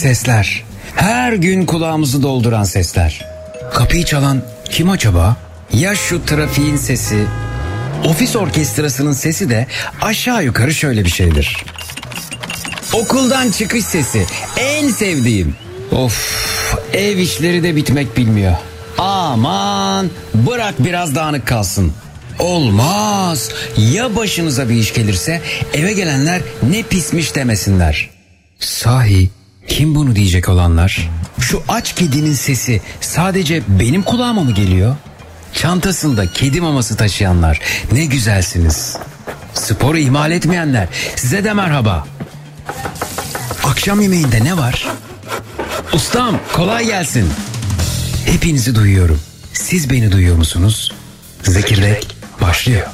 sesler. Her gün kulağımızı dolduran sesler. Kapıyı çalan kim acaba? Ya şu trafiğin sesi, ofis orkestrasının sesi de aşağı yukarı şöyle bir şeydir. Okuldan çıkış sesi, en sevdiğim. Of, ev işleri de bitmek bilmiyor. Aman bırak biraz dağınık kalsın. Olmaz. Ya başınıza bir iş gelirse eve gelenler ne pismiş demesinler. Sahi kim bunu diyecek olanlar? Şu aç kedinin sesi sadece benim kulağıma mı geliyor? Çantasında kedi maması taşıyanlar ne güzelsiniz. Sporu ihmal etmeyenler size de merhaba. Akşam yemeğinde ne var? Ustam kolay gelsin. Hepinizi duyuyorum. Siz beni duyuyor musunuz? Zekirdek başlıyor.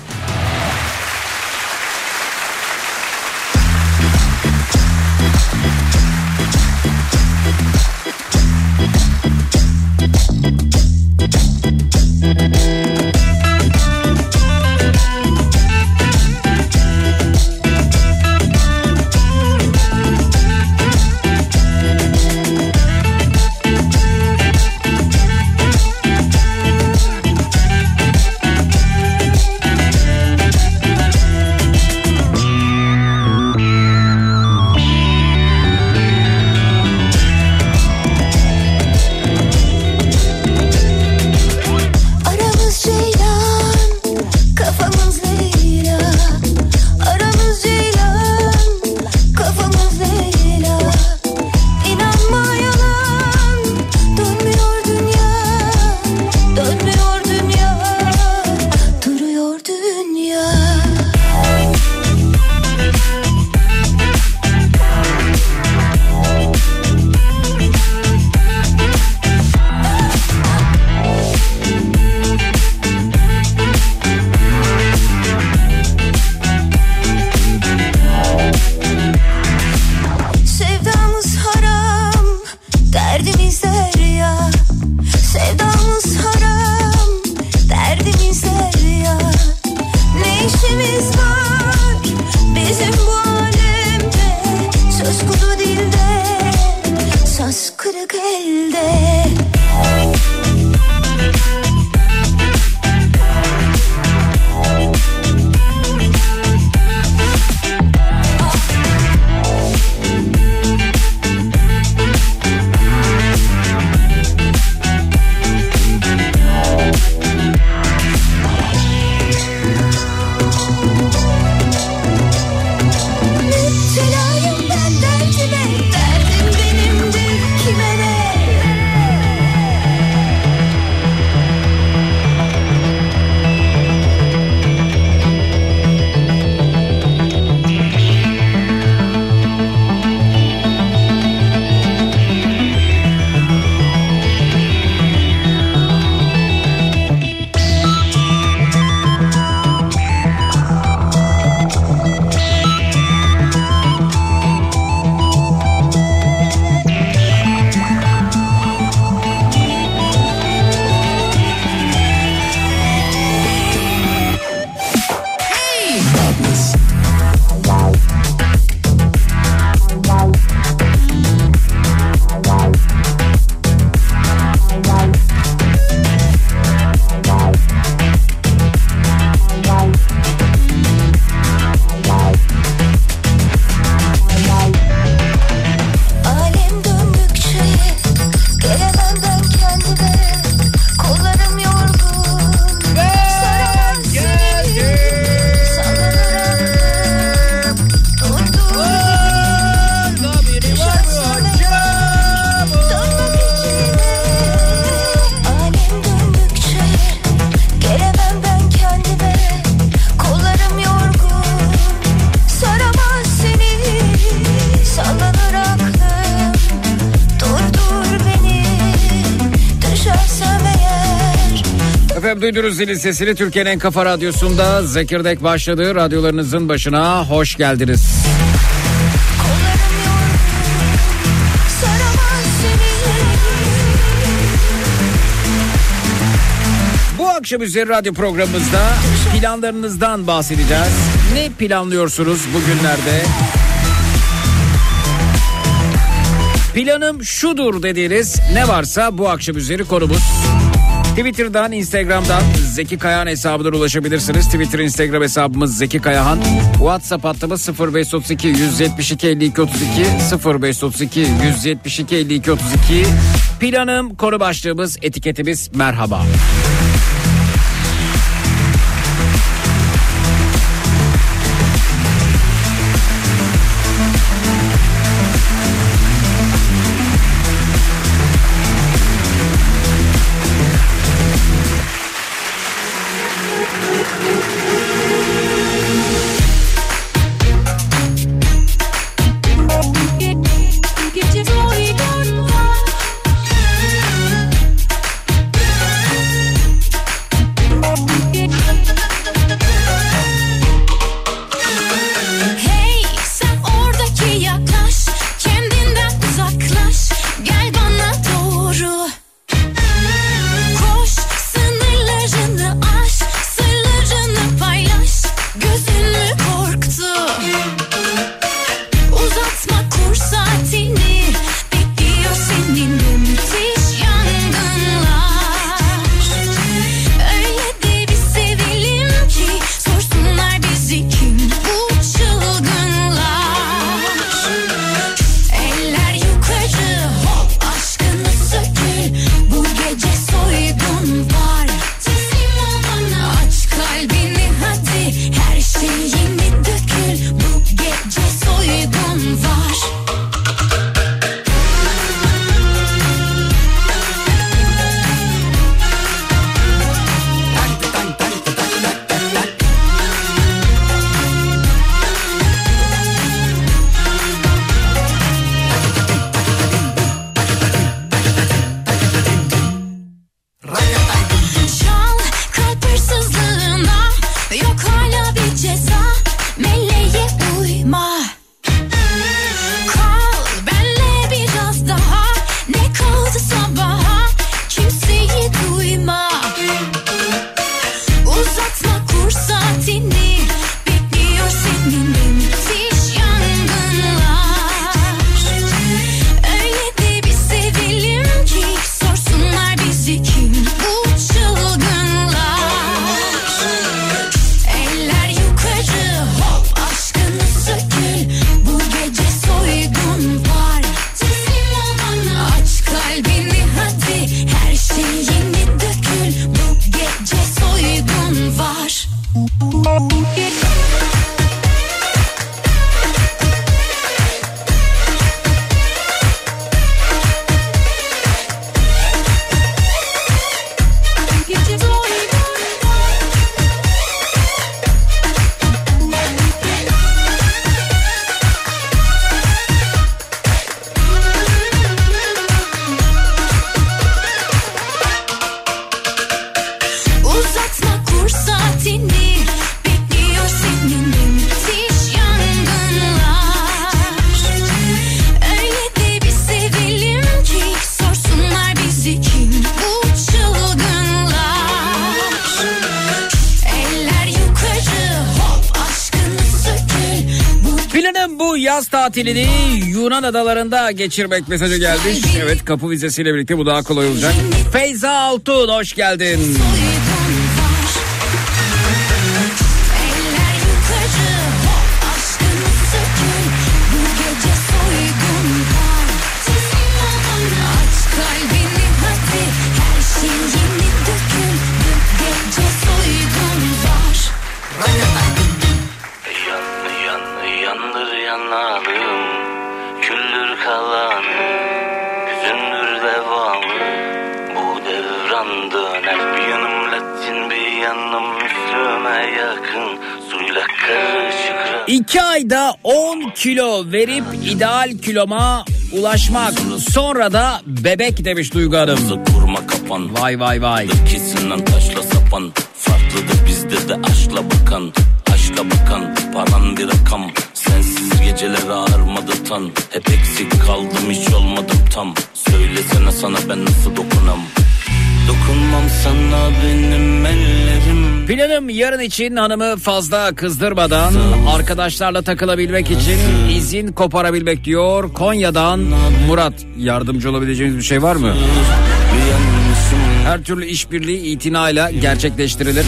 Duydunuz zilin sesini, Türkiye'nin en kafa radyosunda Zekirdek başladı. Radyolarınızın başına hoş geldiniz. Bu akşam üzeri radyo programımızda planlarınızdan bahsedeceğiz. Ne planlıyorsunuz bugünlerde? Planım şudur dediğiniz ne varsa bu akşam üzeri konumuz. Twitter'dan, Instagram'dan Zeki Kayahan hesabına ulaşabilirsiniz. Twitter, Instagram hesabımız Zeki Kayahan. WhatsApp hattımız 0532 172 52 32 0532 172 52 32. Planım, konu başlığımız, etiketimiz merhaba. Tatilini Yunan adalarında geçirmek mesajı gelmiş. Evet, kapı vizesiyle birlikte bu daha kolay olacak. Feyza Altun, hoş geldin. Yakın, 2 ayda 10 kilo verip ideal kiloma ulaşmak, sonra da bebek demiş Duygu Hanım. Kurma kapan. Vay vay vay. Kesinden taşla sapan. Farklıdır bizde de aşkla bakan. Aşka bakan, paran bir rakam. Sensiz geceler ağırmadı tan. Hep eksik kaldım, hiç olmadım tam. Söylesene sana ben nasıl dokunam. Dokunmam sana benim ellerim. Planım yarın için hanımı fazla kızdırmadan arkadaşlarla takılabilmek için izin koparabilmek diyor Konya'dan Murat. Yardımcı olabileceğiniz bir şey var mı? Her türlü işbirliği itinayla gerçekleştirilir.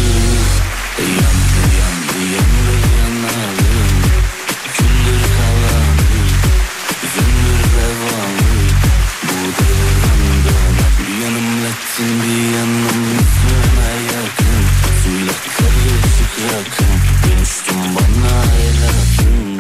Bir yanım üstüme yakın, suyla karışık rakım, dönüştüm bana el atın.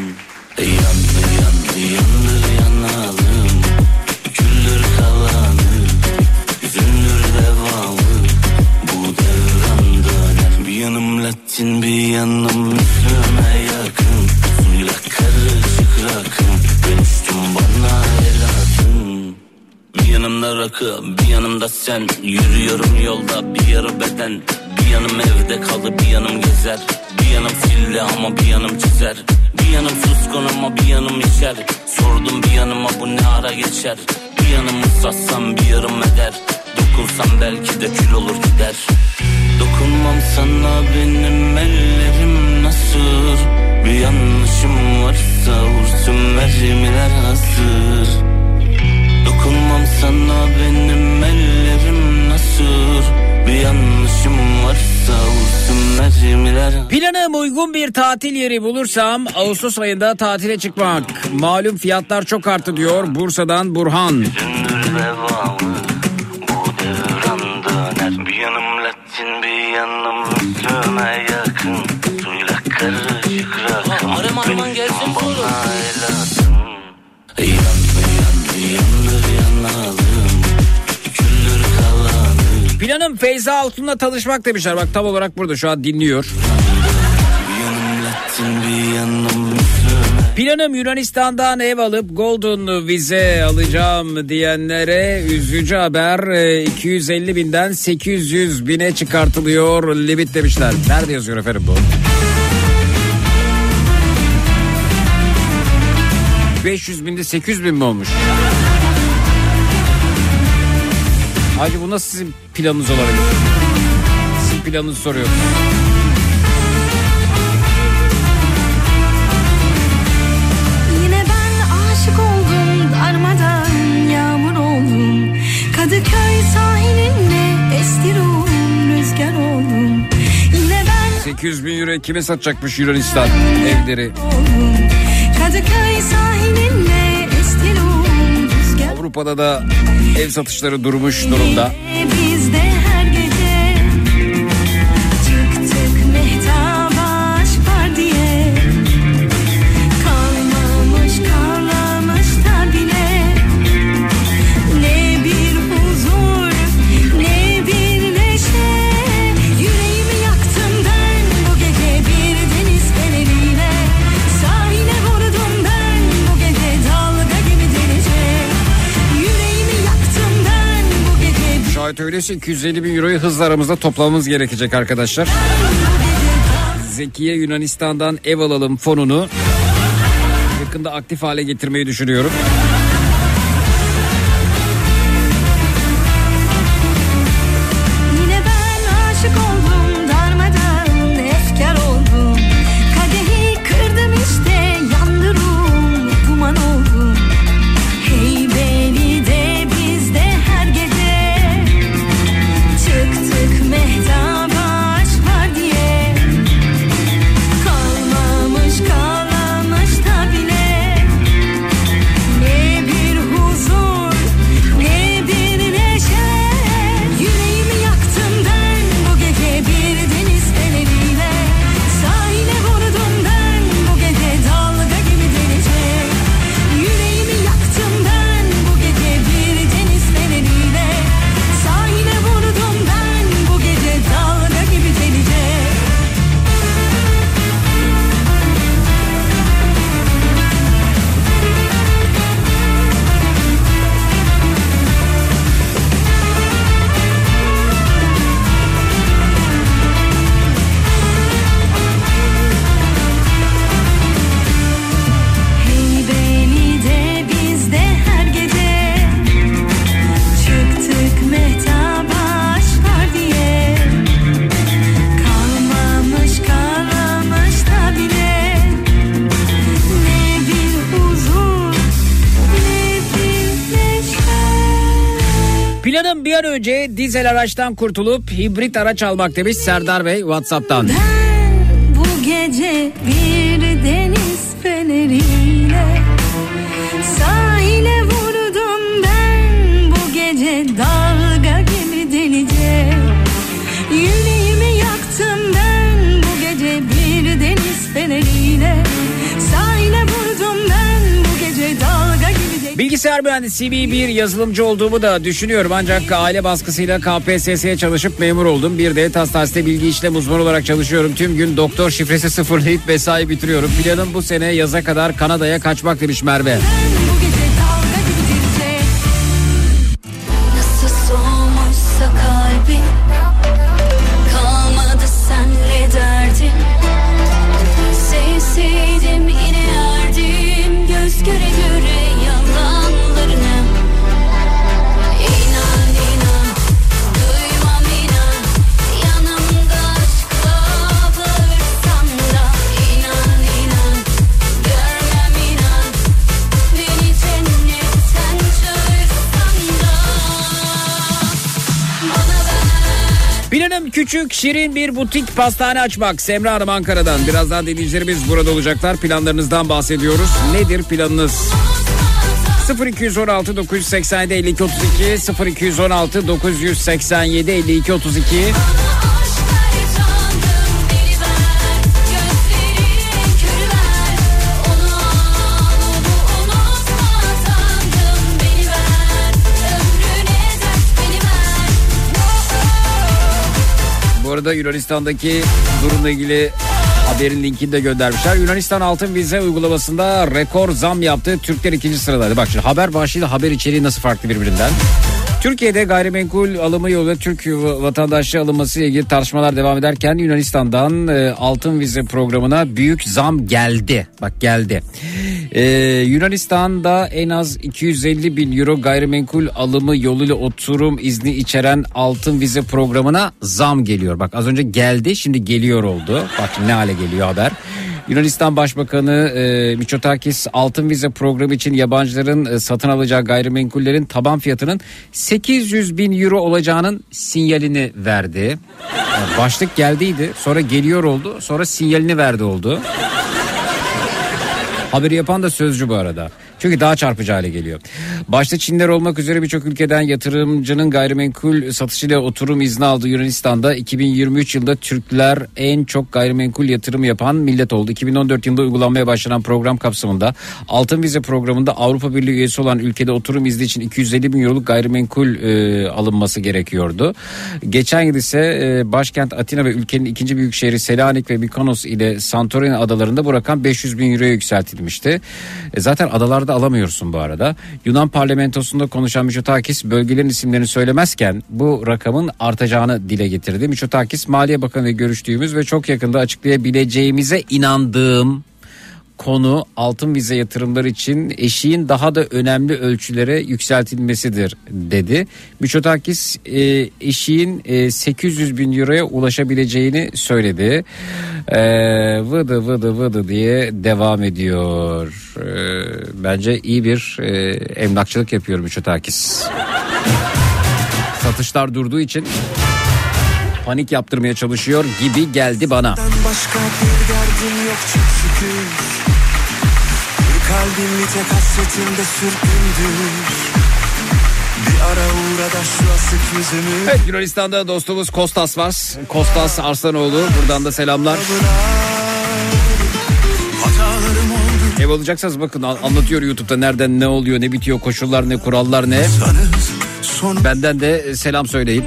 Yandır yanalım, küldür kalanı, üzüldür devamı, bu devran döner. Bir yanım Latin, bir yanım üstüme yakın, suyla karışık rakım, dönüştüm bana el atın. Bir yanımda rakı, bir yanımda sen. Yürüyorum yolda, bir yarı beden. Bir yanım evde kalır, bir yanım gezer. Bir yanım filli ama bir yanım çizer. Bir yanım suskun ama bir yanım içer. Sordum bir yanıma bu ne ara geçer. Bir yanımı satsam bir yarım eder. Dokunsam belki de kül olur gider. Dokunmam sana benim ellerim nasıl? Bir yanlışım varsa vursun mermiler hazır. Dokunmam sana benim ellerim nasıl? Bir yanlışım varsa vursun mermiler. Planım uygun bir tatil yeri bulursam Ağustos ayında tatile çıkmak. Malum fiyatlar çok arttı diyor Bursa'dan Burhan. Üzündür devamı, bu devran döner. Bir yanım Latin, bir yanım üstüme yakın, suyla karışık rakım. Arman gelsin bana el atın. Yandır yanalım, küldür kalanı. Planım Feyza Altun'la tanışmak demişler. Bak tam olarak burada şu an dinliyor. Bir yanım Latin, bir yanım üstüme. Planım Yunanistan'dan ev alıp Golden vize alacağım diyenlere üzücü haber. 250 binden 800 bine çıkartılıyor limit demişler. Nerede yazıyor efendim bu? 500 binde 800 bin mi olmuş? Hacı bu nasıl sizin planınız olabilir? Sizin planınızı soruyorum. Yine ben aşık oldum, darmadan yağmur oldum. Kadıköy sahilinde esti ruhum, rüzgar oldum. Yine ben 800 bin euro kime satacakmış Yunanistan evleri? oldum. Kadıköy sahilinde esti ruhum, rüzgar. Avrupa'da da ev satışları durmuş durumda. Biz de her gece çıktık mehtaba aşk var diye. Kalmamış da bile ne bir huzur ne bir neşe. Yüreğimi yaktım ben bu gece bir deniz feneriyle. Sahile vurdum ben bu gece dalga gibi delice. Yüreğimi yaktım ben bu gece. Şayet öyleyse 250 bin euroyu hızla aramızda toplamamız gerekecek arkadaşlar. Zekiye Yunanistan'dan ev alalım fonunu yakında aktif hale getirmeyi düşünüyorum. Yine ben aşık oldum, darmadan efkar oldum. Kadehi kırdım işte, yandım, duman oldum. Heybeli'de biz de her gece çıktık mehtaba aşk var diye. Kalmamış da bile ne Planım bir an önce dizel araçtan kurtulup hibrit araç almak demiş Serdar Bey WhatsApp'tan. Ben bu gece bir deniz feneriyle sahile vurdum, ben bu gece dalga gibi delice. Yüreğimi yaktım ben bu gece bir deniz feneriyle sahile vurdum, ben bu gece dalga gibi delice. Bilgisayar mühendisiyim, bir yazılımcı olduğumu da düşünüyorum. Ancak aile baskısıyla KPSS'ye çalışıp memur oldum. Bir devlet hastanesinde bilgi işlem uzmanı olarak çalışıyorum. Tüm gün doktor şifresi sıfırlayıp mesai bitiriyorum. Planım bu sene yaza kadar Kanada'ya kaçmak demiş Merve. Bu gece dalga gibi delice. Nasıl soğumuşsa kalbim, kalmadı senle derdim. Sevseydim yine yerdim göz göre göre yalanlarını. İnan inan duymam inan, yanımda aşkla bağırsam da. İnan inan görmem inan, beni cennetten çağırsan da. Bana ver. Planım küçük, şirin bir butik pastane açmak. Semra Hanım Ankara'dan. Birazdan dinleyicilerimiz burada olacaklar. Planlarınızdan bahsediyoruz. Nedir planınız? 0216 987 52 32 0216 987 52 32. Aşk ver canım, deli ver, gözlerin körü ver. Onu al, onu unutma sandım, beni ver, ömrüne dert beni ver. Bu arada Yunanistan'daki durumla ilgili haberin linkini de göndermişler. Yunanistan altın vize uygulamasında rekor zam yaptı. Türkler 2. sıradaydı. Bak şimdi haber başlığıyla haber içeriği nasıl farklı birbirinden. Türkiye'de gayrimenkul alımı yoluyla Türk vatandaşlığı alınması ile ilgili tartışmalar devam ederken Yunanistan'dan altın vize programına büyük zam geldi. Bak geldi. Yunanistan'da en az 250 bin euro gayrimenkul alımı yoluyla oturum izni içeren altın vize programına zam geliyor. Bak az önce geldi, şimdi geliyor oldu. Bak ne hale geliyor haber. Yunanistan Başbakanı Mitsotakis altın vize programı için yabancıların satın alacağı gayrimenkullerin taban fiyatının 800 bin euro olacağının sinyalini verdi. Yani başlık geldiydi, sonra geliyor oldu, sonra sinyalini verdi oldu. Haberi yapan da Sözcü bu arada. Çünkü daha çarpıcı hale geliyor. Başta Çinler olmak üzere birçok ülkeden yatırımcının gayrimenkul satışıyla oturum izni aldığı Yunanistan'da 2023 yılında Türkler en çok gayrimenkul yatırım yapan millet oldu. 2014 yılında uygulanmaya başlanan program kapsamında altın vize programında Avrupa Birliği üyesi olan ülkede oturum izni için 250 bin euroluk gayrimenkul alınması gerekiyordu. Geçen yıl ise başkent Atina ve ülkenin ikinci büyük şehri Selanik ve Mikonos ile Santorini adalarında bu rakam 500 bin euroya yükseltilmişti. Zaten adalarda alamıyorsun bu arada. Yunan parlamentosunda konuşan Mitsotakis bölgelerin isimlerini söylemezken bu rakamın artacağını dile getirdi. Mitsotakis, Maliye Bakanı ile görüştüğümüz ve çok yakında açıklayabileceğimize inandığım konu altın vize yatırımları için eşiğin daha da önemli ölçülere yükseltilmesidir dedi. Mitsotakis eşiğin 800 bin euroya ulaşabileceğini söyledi. Vıdı vıdı vıdı diye devam ediyor. Bence iyi bir emlakçılık yapıyor Mitsotakis. Satışlar durduğu için panik yaptırmaya çalışıyor gibi geldi bana. Başka bir derdim yok çok şükür. Bir kalbim bir tek hasretinde sürgündür. Bir ara uğra da şu asık yüzümü. Evet, Yunanistan'da dostumuz Kostas var. Kostas Arslanoğlu. Buradan da selamlar. Hatalarım oldu. Ev alacaksanız bakın anlatıyor YouTube'da nereden ne oluyor, ne bitiyor, koşullar ne, kurallar ne. Son Benden de selam söyleyin.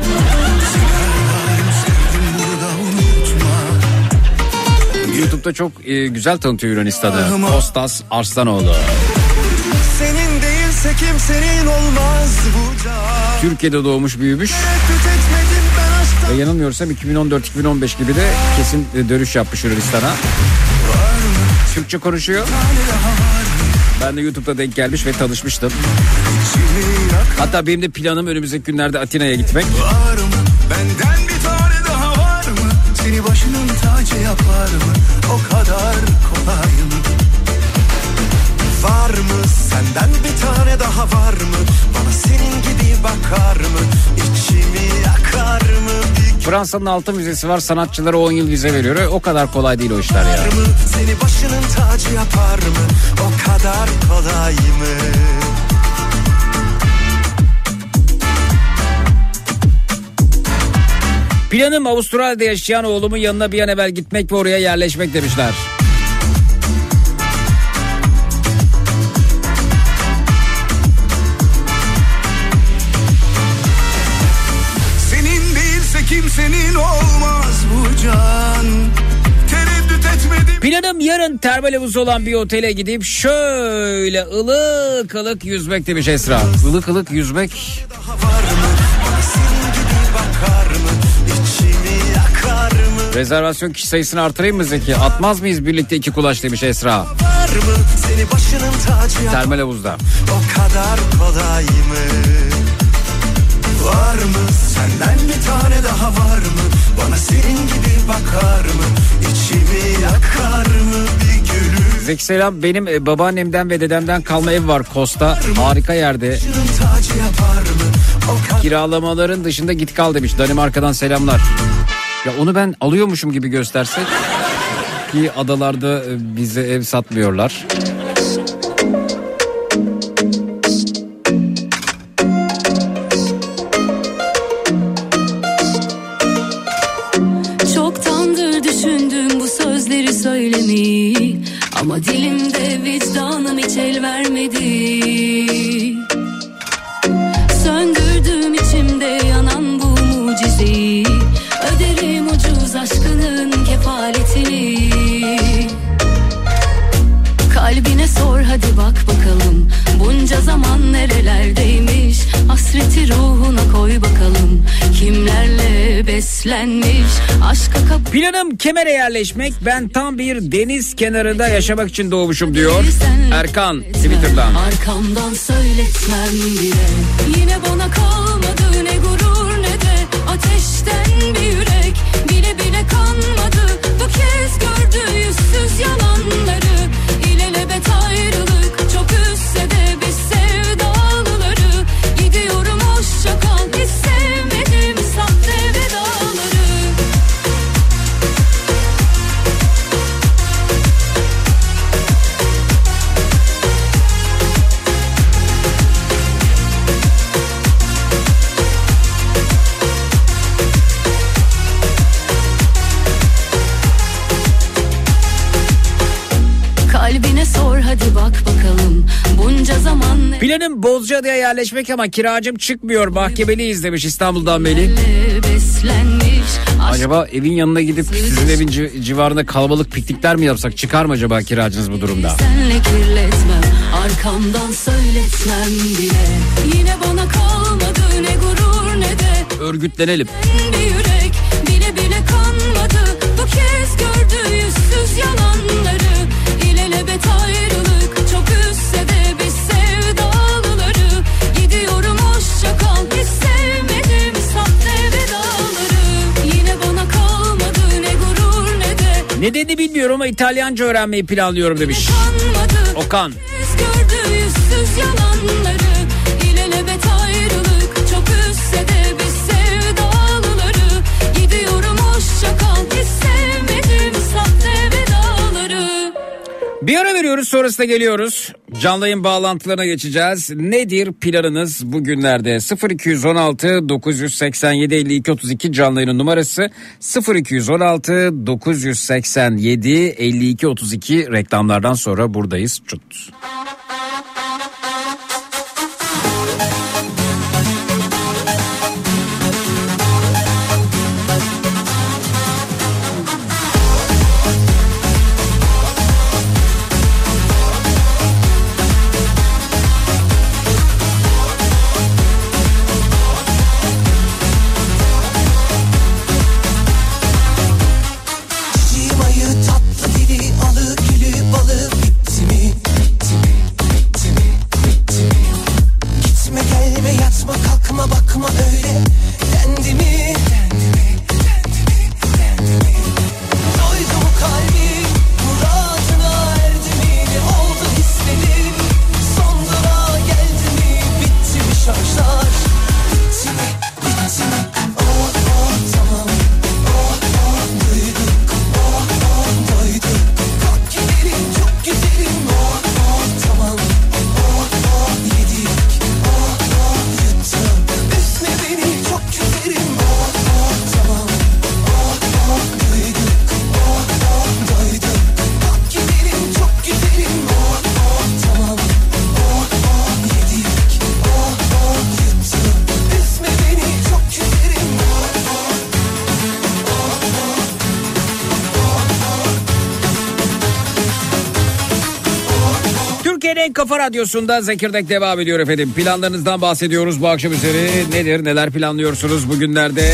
YouTube'da çok güzel tanıtıyor Yunanistan'ı. Kostas Arslanoğlu. senin değilse kimsenin olmaz bu can. Türkiye'de doğmuş, büyümüş. Tereddüt etmedim ben aşktan. Ve yanılmıyorsam 2014-2015 gibi de kesin dönüş yapmış Yunanistan'a. Türkçe konuşuyor. Ben de YouTube'da denk gelmiş ve tanışmıştım. Hatta benim de planım önümüzdeki günlerde Atina'ya gitmek. Var mı? Benden bir tane daha var mı? Seni başının tacı yapar mı? O kadar kolay mı? Var mı? Senden bir tane daha var mı? Bana senin gibi bakar mı? Fransa'nın altın vizesi var, sanatçılara 10 yıl vize veriyor. O kadar kolay değil o işler ya. Seni başının tacı yapar mı? O kadar kolay mı? Planım Avustralya'da yaşayan oğlumun yanına bir an evvel gitmek ve oraya yerleşmek demişler. Senin değilse kimsenin olmaz bu can. Tereddüt etmedim. Planım yarın termal havuzu olan bir otele gidip şöyle ılık ılık yüzmek demiş Esra. Ilık ılık yüzmek. Daha var mı? Bana senin gibi bakar mı? İçimi yakar mı? Rezervasyon kişi sayısını artırayım mı Zeki? Atmaz mıyız birlikte 2 kulaç demiş Esra. Var mı? Seni başının tacı yapar. Termal havuzda. O kadar kolay mı? Var mı? Senden bir tane daha var mı? Bana senin gibi bakar mı? İçimi yakar mı bir gülü? Zeki selam, benim babaannemden ve dedemden kalma ev var Kosta. Harika yerde. Tacı yapar mı? O kadar Kiralamaların dışında git kal demiş. Danimarka'dan selamlar. Ya onu ben alıyormuşum gibi göstersek ki adalarda bize ev satmıyorlar. Çoktandır düşündüm bu sözleri söylemeyi, ama dilimde vicdanım hiç el vermedi. Söndürdüm içimde yanan bu mucizeyi, öderim ucuz aşkının kefaletini. Kalbine sor hadi bak bakalım, bunca zaman nerelerdeymiş. Hasreti ruhuna koy bakalım, kimlerle beslenmiş. Aşka Planım Kemer'e yerleşmek. Ben tam bir deniz kenarında yaşamak için doğmuşum diyor Erkan Twitter'dan. Arkamdan söyletmem bile. Yine bana kalmadı ne gurur ne de ateşten bir yürek. Bile bile kanmadı, bu kez gördü yüzsüz yalanları. İlelebet ayrılık çok üstse de biz sevdalıları. Gidiyorum hoşça kal, hiç sevmedim sahte vedaları. Kalbine sor hadi bak bakalım, bunca zaman Planım Bozcaada'ya yerleşmek ama kiracım çıkmıyor, mahkemeliyiz demiş İstanbul'dan Melih. beslenmiş. Acaba evin yanına gidip sizin evin civarında kalabalık piknikler mi yapsak? Çıkar mı acaba kiracınız bu durumda? Senle kirletmem, arkamdan söyletmem bile. Yine bana kalmadı ne gurur ne de Örgütlenelim. bir yürek. Bile bile kanmadı, bu kez gördü yüzsüz yalanları. İlelebet ayrılık çok üstse de biz sevdalıları. Gidiyorum hoşça kal, hiç sevmedim sahte vedaları. Yine bana kalmadı ne gurur ne de Ne dedi bilmiyorum ama İtalyanca öğrenmeyi planlıyorum demiş kanmadı. Okan. Kez gördü yüzsüz yalanları. İlelebet ayrılık çok üstse de biz sevdalıları. Gidiyorum hoşça kal, hiç sevmedim sahte vedaları. Bir ara veriyoruz, sonrasında geliyoruz. Canlı yayın bağlantılarına geçeceğiz. Nedir planınız bugünlerde? 0216 987 52 32 canlı yayının numarası. 0216 987 52 32 reklamlardan sonra buradayız. Çut. Cimayı tatlı dili alı gülü balı bitti mi? Bitti mi? Bitti mi? Bitti mi? Gitme gelme yatma kalkma bakma öyle dendi mi? Dendi mi? Dendi mi? Dendi mi? Doydu mu kalbim muradına erdi mi? Ne oldu hislerim son durağa geldi mi? Bitti mi şarjlar? Bitti mi? Bitti mi? Oh oh tamam. Kafa Radyosu'nda Zekirdek devam ediyor efendim. Planlarınızdan bahsediyoruz bu akşam üzeri. Nedir, neler planlıyorsunuz bugünlerde?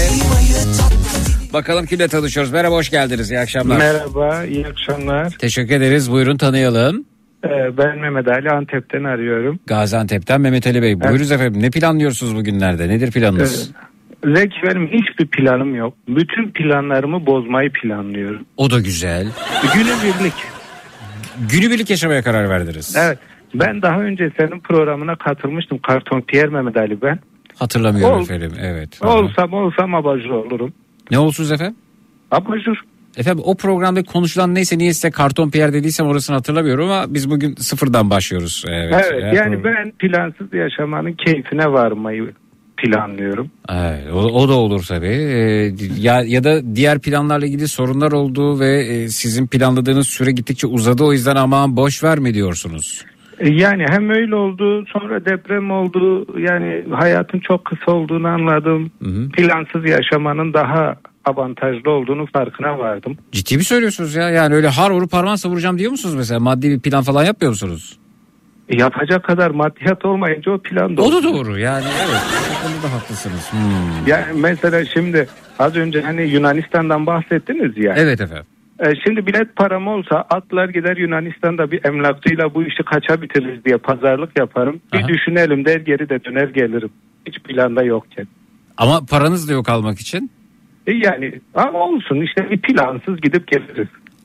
Bakalım kimle tanışıyoruz. Merhaba, hoş geldiniz. İyi akşamlar. Merhaba, iyi akşamlar. Teşekkür ederiz. Buyurun, tanıyalım. Ben Mehmet Ali, Antep'ten arıyorum. Gaziantep'ten Mehmet Ali Bey. Buyurunuz efendim. Ne planlıyorsunuz bugünlerde? Nedir planınız? Zeki, benim hiçbir planım yok. Bütün planlarımı bozmayı planlıyorum. O da güzel. Günübirlik. Günübirlik yaşamaya karar verdiniz. Evet. Ben daha önce senin programına katılmıştım. Karton Pierre Mehmet Ali ben. Hatırlamıyorum efendim. Evet. Olsam abajur olurum. Ne olsunuz efendim? Abajur. Efendim o programda konuşulan neyse, niye size Karton Pierre dediysem orasını hatırlamıyorum ama biz bugün sıfırdan başlıyoruz. Evet yani ben plansız yaşamanın keyfine varmayı planlıyorum. Evet, o da olur tabii. Ya da diğer planlarla ilgili sorunlar olduğu ve sizin planladığınız süre gittikçe uzadı, o yüzden aman boş ver mi diyorsunuz? Yani hem öyle oldu, sonra deprem oldu, yani hayatın çok kısa olduğunu anladım. Hı-hı. Plansız yaşamanın daha avantajlı olduğunu farkına vardım. Ciddi mi söylüyorsunuz ya? Yani öyle har vurup parmağı savuracağım diyor musunuz mesela? Maddi bir plan falan yapmıyor musunuz? Yapacak kadar maddiyat olmayınca o plan da o da doğru yani, evet. O konuda da haklısınız. Yani mesela şimdi az önce hani Yunanistan'dan bahsettiniz ya. Evet efendim. Şimdi bilet param olsa atlar gider Yunanistan'da bir emlakçıyla bu işi kaça bitiririz diye pazarlık yaparım. Aha. Bir düşünelim der, geri de döner gelirim. Hiç planda yokken. Ama paranız da yok almak için. Yani ama olsun işte, bir plansız gidip geliriz.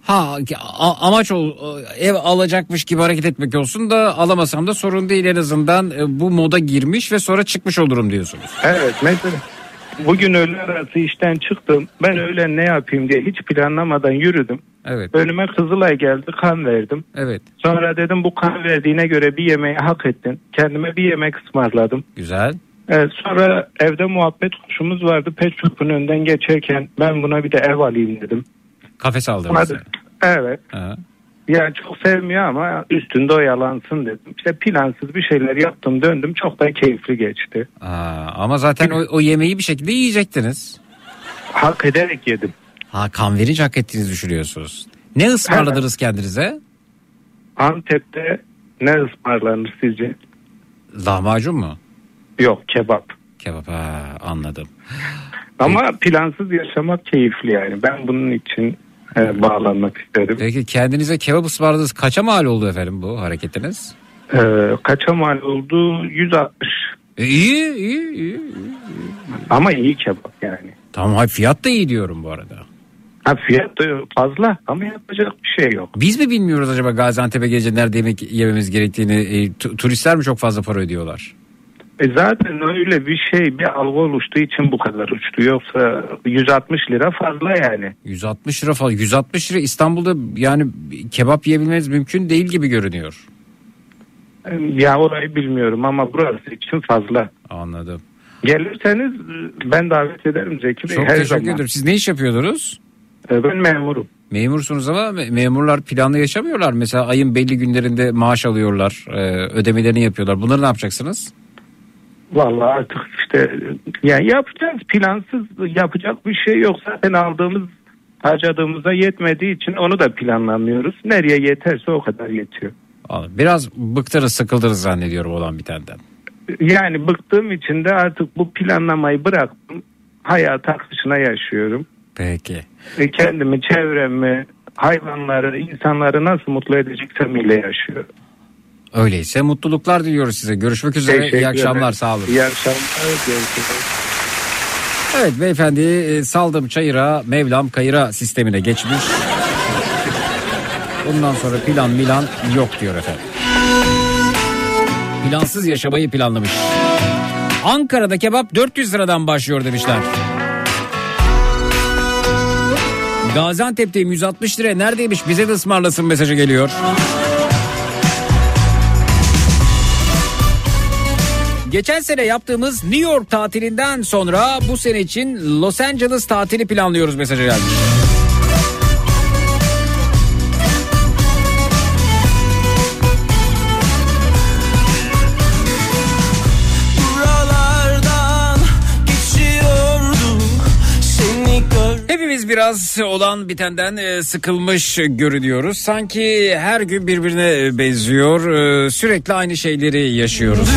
Amaç ev alacakmış gibi hareket etmek olsun da alamasam da sorun değil, en azından bu moda girmiş ve sonra çıkmış olurum diyorsunuz. Evet, mesela bugün öğle arası işten çıktım. Ben öğlen ne yapayım diye hiç planlamadan yürüdüm. Evet. Önüme Kızılay geldi, kan verdim. Evet. Sonra dedim bu kan verdiğine göre bir yemeği hak ettin. Kendime bir yemek ısmarladım. Güzel. Evet, sonra evde muhabbet kuşumuz vardı. Pet shop'un önünden geçerken ben buna bir de ev alayım dedim. Kafes aldınız. Evet. Ha. Yani çok sevmiyor ama üstünde oyalansın dedim. İşte plansız bir şeyler yaptım, döndüm, çok da keyifli geçti. Ama zaten o yemeği bir şekilde yiyecektiniz. Hak ederek yedim. Kan verince hak ettiğinizi düşünüyorsunuz. Ne ısmarladınız kendinize? Antep'te ne ısmarlanır sizce? Lahmacun mu? Yok, kebap. Kebap, anladım. Ama plansız yaşamak keyifli yani. Ben bunun için bağlanmak isterim. Peki kendinize kebap ısmarladınız. Kaça mal oldu efendim bu hareketiniz? Kaça mal oldu? 160. İyi. Ama iyi kebap yani. Tamam, fiyat da iyi diyorum bu arada. Fiyat da fazla ama yapacak bir şey yok. Biz mi bilmiyoruz acaba Gaziantep'e gelince nerede yemek yememiz gerektiğini? Turistler mi çok fazla para ödüyorlar? Zaten öyle bir şey, bir algı oluştuğu için bu kadar uçtu. Yoksa 160 lira fazla yani. 160 lira falan. 160 lira İstanbul'da yani kebap yiyebilmeniz mümkün değil gibi görünüyor. Ya orayı bilmiyorum ama burası için fazla. Anladım. Gelirseniz ben davet ederim Zeki Bey. Çok teşekkür ederim. Siz ne iş yapıyordunuz? Ben memurum. Memursunuz ama memurlar planlı yaşamıyorlar. Mesela ayın belli günlerinde maaş alıyorlar. Ödemelerini yapıyorlar. Bunları ne yapacaksınız? Vallahi artık işte yani yapacağız, plansız yapacak bir şey yok. Zaten harcadığımıza yetmediği için onu da planlamıyoruz. Nereye yeterse o kadar yetiyor. Biraz bıktınız, sıkıldınız zannediyorum olan bitenden. Yani bıktığım için de artık bu planlamayı bıraktım. Hayat akışına yaşıyorum. Peki. Kendimi, çevremi, hayvanları, insanları nasıl mutlu edeceksem ile yaşıyorum. Öyleyse mutluluklar diliyoruz size. Görüşmek üzere. İyi akşamlar. Sağ olun. İyi akşamlar. Görüşürüz. Evet beyefendi, saldım çayıra, Mevlam kayıra sistemine geçmiş. Bundan sonra plan milan yok diyor efendim. Plansız yaşamayı planlamış. Ankara'da kebap 400 liradan başlıyor demişler. Gaziantep'teyim 160 liraya neredeymiş bize de ısmarlasın mesajı geliyor. Geçen sene yaptığımız New York tatilinden sonra bu sene için Los Angeles tatili planlıyoruz mesajı gelmiş. Hepimiz biraz olan bitenden sıkılmış görünüyoruz. Sanki her gün birbirine benziyor. Sürekli aynı şeyleri yaşıyoruz.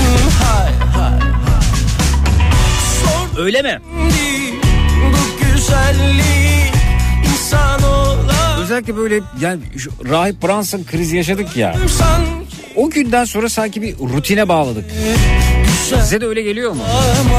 Öyle mi? Bu güzellik insan olan Özellikle böyle yani şu Rahip Brunson krizi yaşadık ya. O günden sonra sanki bir rutine bağladık. Size de öyle geliyor mu?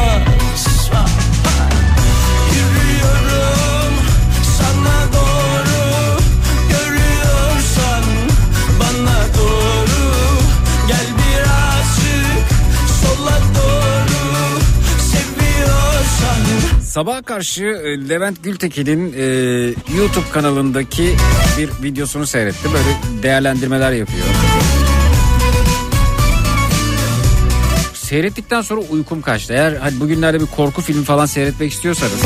Yürüyorum sana doğru, görüyorsan bana doğru, gel birazcık sola doğru, seviyorsan. Sabaha karşı Levent Gültekin'in YouTube kanalındaki bir videosunu seyrettim. Böyle değerlendirmeler yapıyor. Seyrettikten sonra uykum kaçtı. Eğer hadi bugünlerde bir korku filmi falan seyretmek istiyorsanız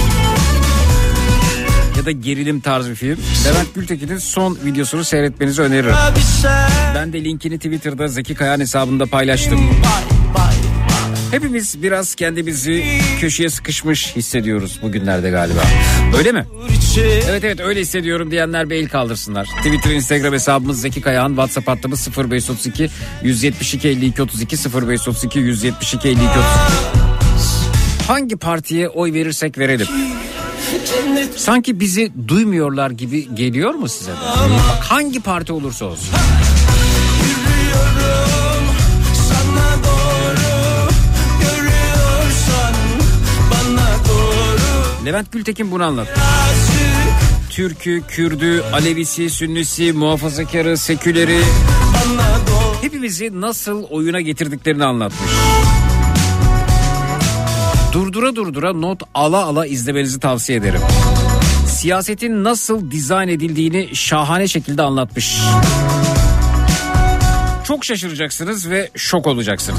ya da gerilim tarzı bir film, Levent Gültekin'in son videosunu seyretmenizi öneririm. Ben de linkini Twitter'da Zeki Kayan hesabında paylaştım. Hepimiz biraz kendimizi köşeye sıkışmış hissediyoruz bugünlerde galiba. Öyle mi? Evet öyle hissediyorum diyenler bir el kaldırsınlar. Twitter, Instagram hesabımız Zeki Kayan, WhatsApp hattımız 0532 172 52 32 0532 172 52 32. Hangi partiye oy verirsek verelim. Sanki bizi duymuyorlar gibi geliyor mu size de? Bak, hangi parti olursa olsun. Levent Gültekin bunu anlattı. Türk'ü, Kürd'ü, Alevisi, Sünnisi, muhafazakarı, seküleri hepimizi nasıl oyuna getirdiklerini anlatmış. Durdura durdura not ala ala izlemenizi tavsiye ederim. Siyasetin nasıl dizayn edildiğini şahane şekilde anlatmış. Çok şaşıracaksınız ve şok olacaksınız.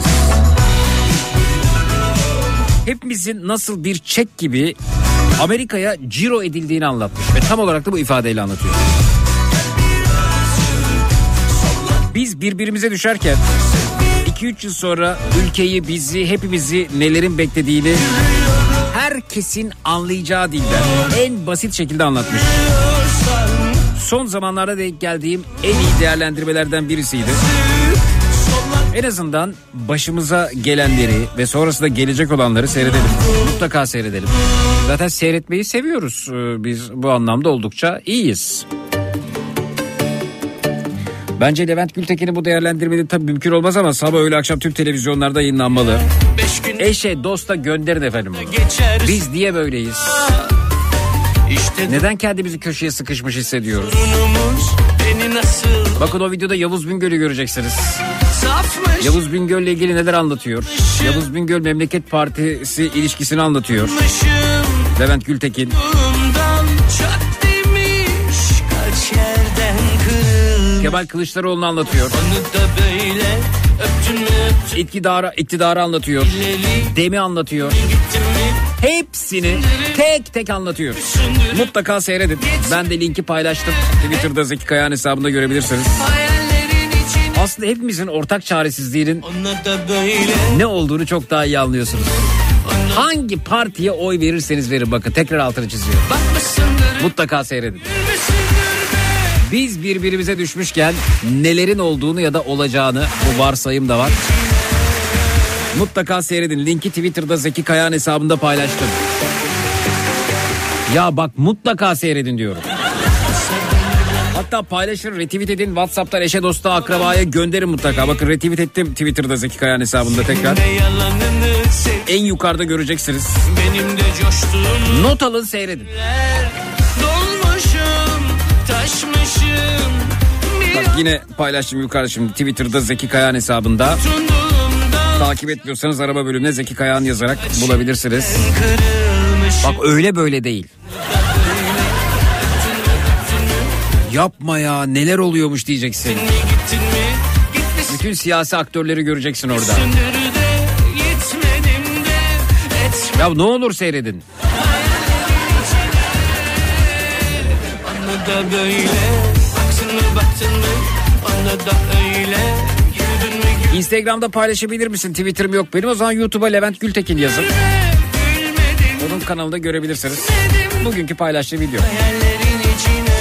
Hepimizin nasıl bir çek gibi Amerika'ya ciro edildiğini anlatmış ve tam olarak da bu ifadeyle anlatıyor. Biz birbirimize düşerken 2-3 yıl sonra ülkeyi, bizi, hepimizi nelerin beklediğini herkesin anlayacağı dilden en basit şekilde anlatmış. Son zamanlarda denk geldiğim en iyi değerlendirmelerden birisiydi. En azından başımıza gelenleri ve sonrasında gelecek olanları seyredelim. Mutlaka seyredelim. Zaten seyretmeyi seviyoruz. Biz bu anlamda oldukça iyiyiz. Bence Levent Gültekin'in bu değerlendirmesi tabii mümkün olmaz ama sabah öğle akşam tüm televizyonlarda yayınlanmalı. Eşe dosta gönderin efendim bunu. Biz niye böyleyiz? Neden kendimizi köşeye sıkışmış hissediyoruz? Bakın o videoda Yavuz Bingöl'ü göreceksiniz. Yavuz Bingöl'le ilgili neler anlatıyor? Yavuz Bingöl Memleket Partisi ilişkisini anlatıyor. Levent Gültekin. Kemal Kılıçdaroğlu'nu anlatıyor. İktidarı anlatıyor. Dem'i anlatıyor. Hepsini tek tek anlatıyor. Mutlaka seyredin. Ben de linki paylaştım. Twitter'da Zeki Kayan hesabında görebilirsiniz. Aslında hepimizin ortak çaresizliğinin ne olduğunu çok daha iyi anlıyorsunuz. Hangi partiye oy verirseniz verin, bakın tekrar altını çiziyorum. Mutlaka seyredin. Biz birbirimize düşmüşken nelerin olduğunu ya da olacağını, bu varsayım da var. Mutlaka seyredin. Linki Twitter'da Zeki Kayan hesabında paylaştım. Ya bak mutlaka seyredin diyorum. Hatta paylaşın, retweet edin. WhatsApp'tan eşe, dosta, akrabaya gönderin mutlaka. Bakın retweet ettim Twitter'da Zeki Kayan hesabında tekrar. En yukarıda göreceksiniz. Benim de coştuğum not alın, seyredin. Dolmuşum, taşmışım. Bak yine paylaştım yukarıda şimdi Twitter'da Zeki Kayan hesabında. Takip etmiyorsanız araba bölümüne Zeki Kayan yazarak bulabilirsiniz. Bak öyle böyle değil. Yapma ya, neler oluyormuş diyeceksin. Bütün siyasi aktörleri göreceksin orada. Ya ne olur seyredin. Instagram'da paylaşabilir misin? Twitter'ım yok benim. O zaman YouTube'a Levent Gültekin yazın. onun kanalında görebilirsiniz. Bugünkü paylaştığı video. Hayallerin içine.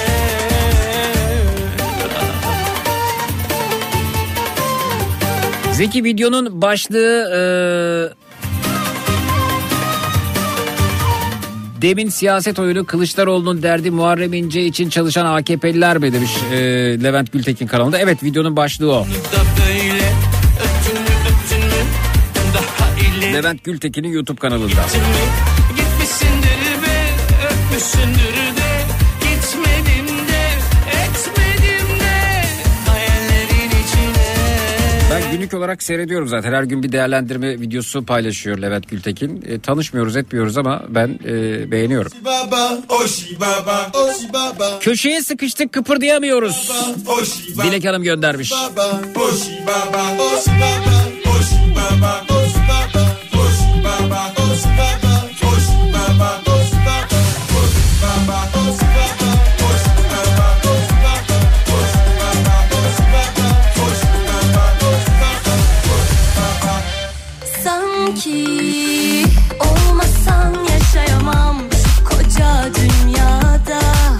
Zeki videonun başlığı demin siyaset oyunu Kılıçdaroğlu'nun derdi Muharrem İnce için çalışan AKP'liler mi demiş Levent Gültekin kanalında. Evet, videonun başlığı o. Levent Gültekin'in YouTube kanalında. Gitmişsindir be, öpmüşsündür de, gitmedim de, etmedim de, hayallerin içine. Ben günlük olarak seyrediyorum zaten. Her gün bir değerlendirme videosu paylaşıyor Levent Gültekin. Tanışmıyoruz, etmiyoruz ama ben beğeniyorum. Köşeye sıkıştık, kıpırdayamıyoruz. Dilek Hanım göndermiş. Sanki olmasan yaşayamam şu koca dünyada.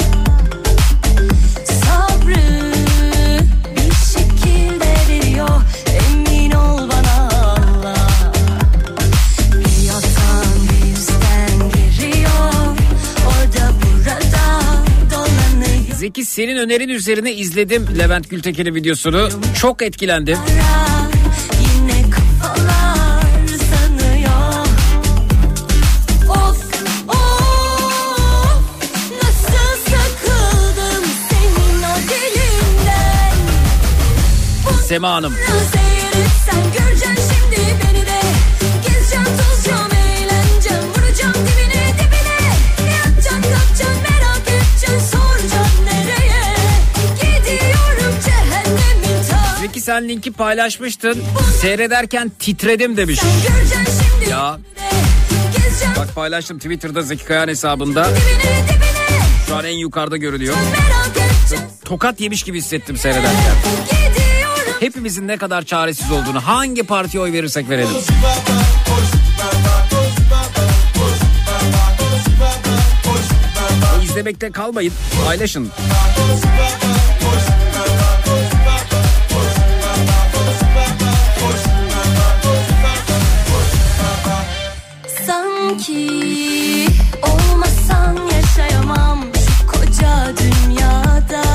Sabrı bir şekilde veriyor, emin ol bana Allah. Bir yatan yüzden giriyor, orada burada dolanıyor. Zeki, senin önerin üzerine izledim Levent Gültekin'in videosunu. Çok etkilendim. Yine kafalar sanıyor. Of of, nasıl sakıldım senin o dilinden. Sema Hanım. Seyretsen göreceksin şimdi beni de. Gezeceğim, tozacağım, eğleneceğim, vuracağım dibine dibine. Yatacaksın, kalkacaksın, merak edeceksin, soracaksın nereye. Gidiyorum cehennemin ta. Zeki, sen linki paylaşmıştın. Seyrederken titredim demiş. Göreceksin şimdi Ya. gezeceğim Bak, paylaştım Twitter'da Zeki Kayan hesabında. dibine dibine. Şu an en yukarıda görülüyor. Merak edeceksin, Tokat yemiş gibi hissettim seyrederken. gidiyorum. Hepimizin ne kadar çaresiz olduğunu, hangi partiye oy verirsek verelim. İzlemekte kalmayın, paylaşın. Sanki olmasan yaşayamam şu koca dünyada.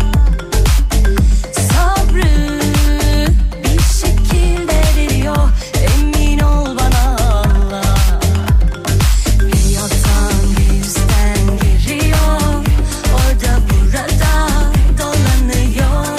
Sabrı bir şekilde veriyor, emin ol bana Allah. Bir yatan yüzden giriyor, orada burada dolanıyor.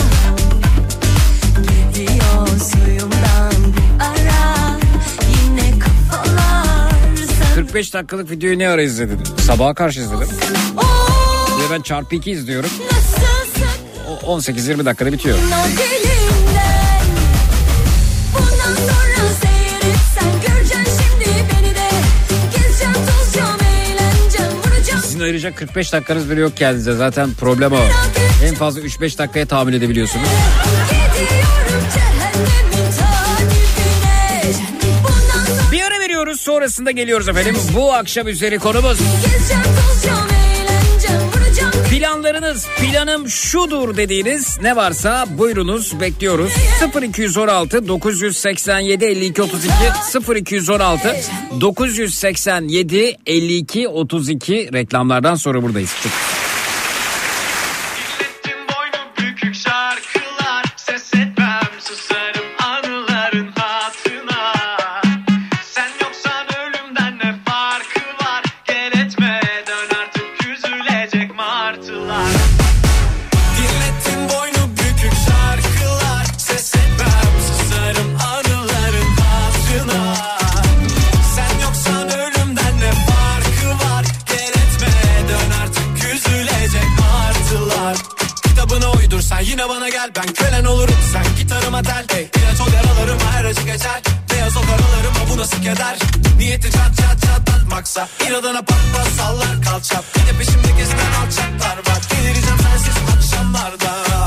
Gidiyor suyumdan bir ara, yine kafalar 45 dakikalık videoyu ne ara izledin? Sabaha karşı izledim. oh, Ve ben çarpı 2 izliyorum. nasıl 18-20 dakikada bitiyor. o dilinden. Bundan sonra seyretsen göreceksin şimdi beni de. Gezeceğim, tozacağım, eğleneceğim, vuracağım. Sizin ayıracak 45 dakikanız bile yok kendinize. Zaten problem o. En fazla 3-5 dakikaya tahammül edebiliyorsunuz. Gidiyorum cehennemin ta dibine. Bundan sonra Bir ara veriyoruz, sonrasında geliyoruz efendim. Bu akşam üzeri konumuz gezeceğim, tozacağım, eğleneceğim, vuracağım. planlarınız. Planım şudur dediğiniz ne varsa buyurunuz, bekliyoruz. 0216 987 52 32 0216 987 52 32 reklamlardan sonra buradayız. Çık. Dinlettim boynu bükük şarkılar, ses etmem susarım anıların hatırına. Sen yoksan ölümden ne farkı var, gel etme dön artık üzülecek martılar. Dinlettim boynu bükük şarkılar, ses etmem susarım anıların hatırına. Sen yoksan ölümden ne farkı var, gel etme dön artık üzülecek martılar. Kitabına uydursan yine bana gel, ben kölen olurum sen gitarıma tel. İlaç ol yaralarıma her acı geçer, beyaz o karalarıma bu nasıl keder. Niyeti çat çat çatlatmaksa inadına pat pat sallar kalçap. Bir de peşimde gezen alçaklar var, delireceğim sensiz akşamlarda.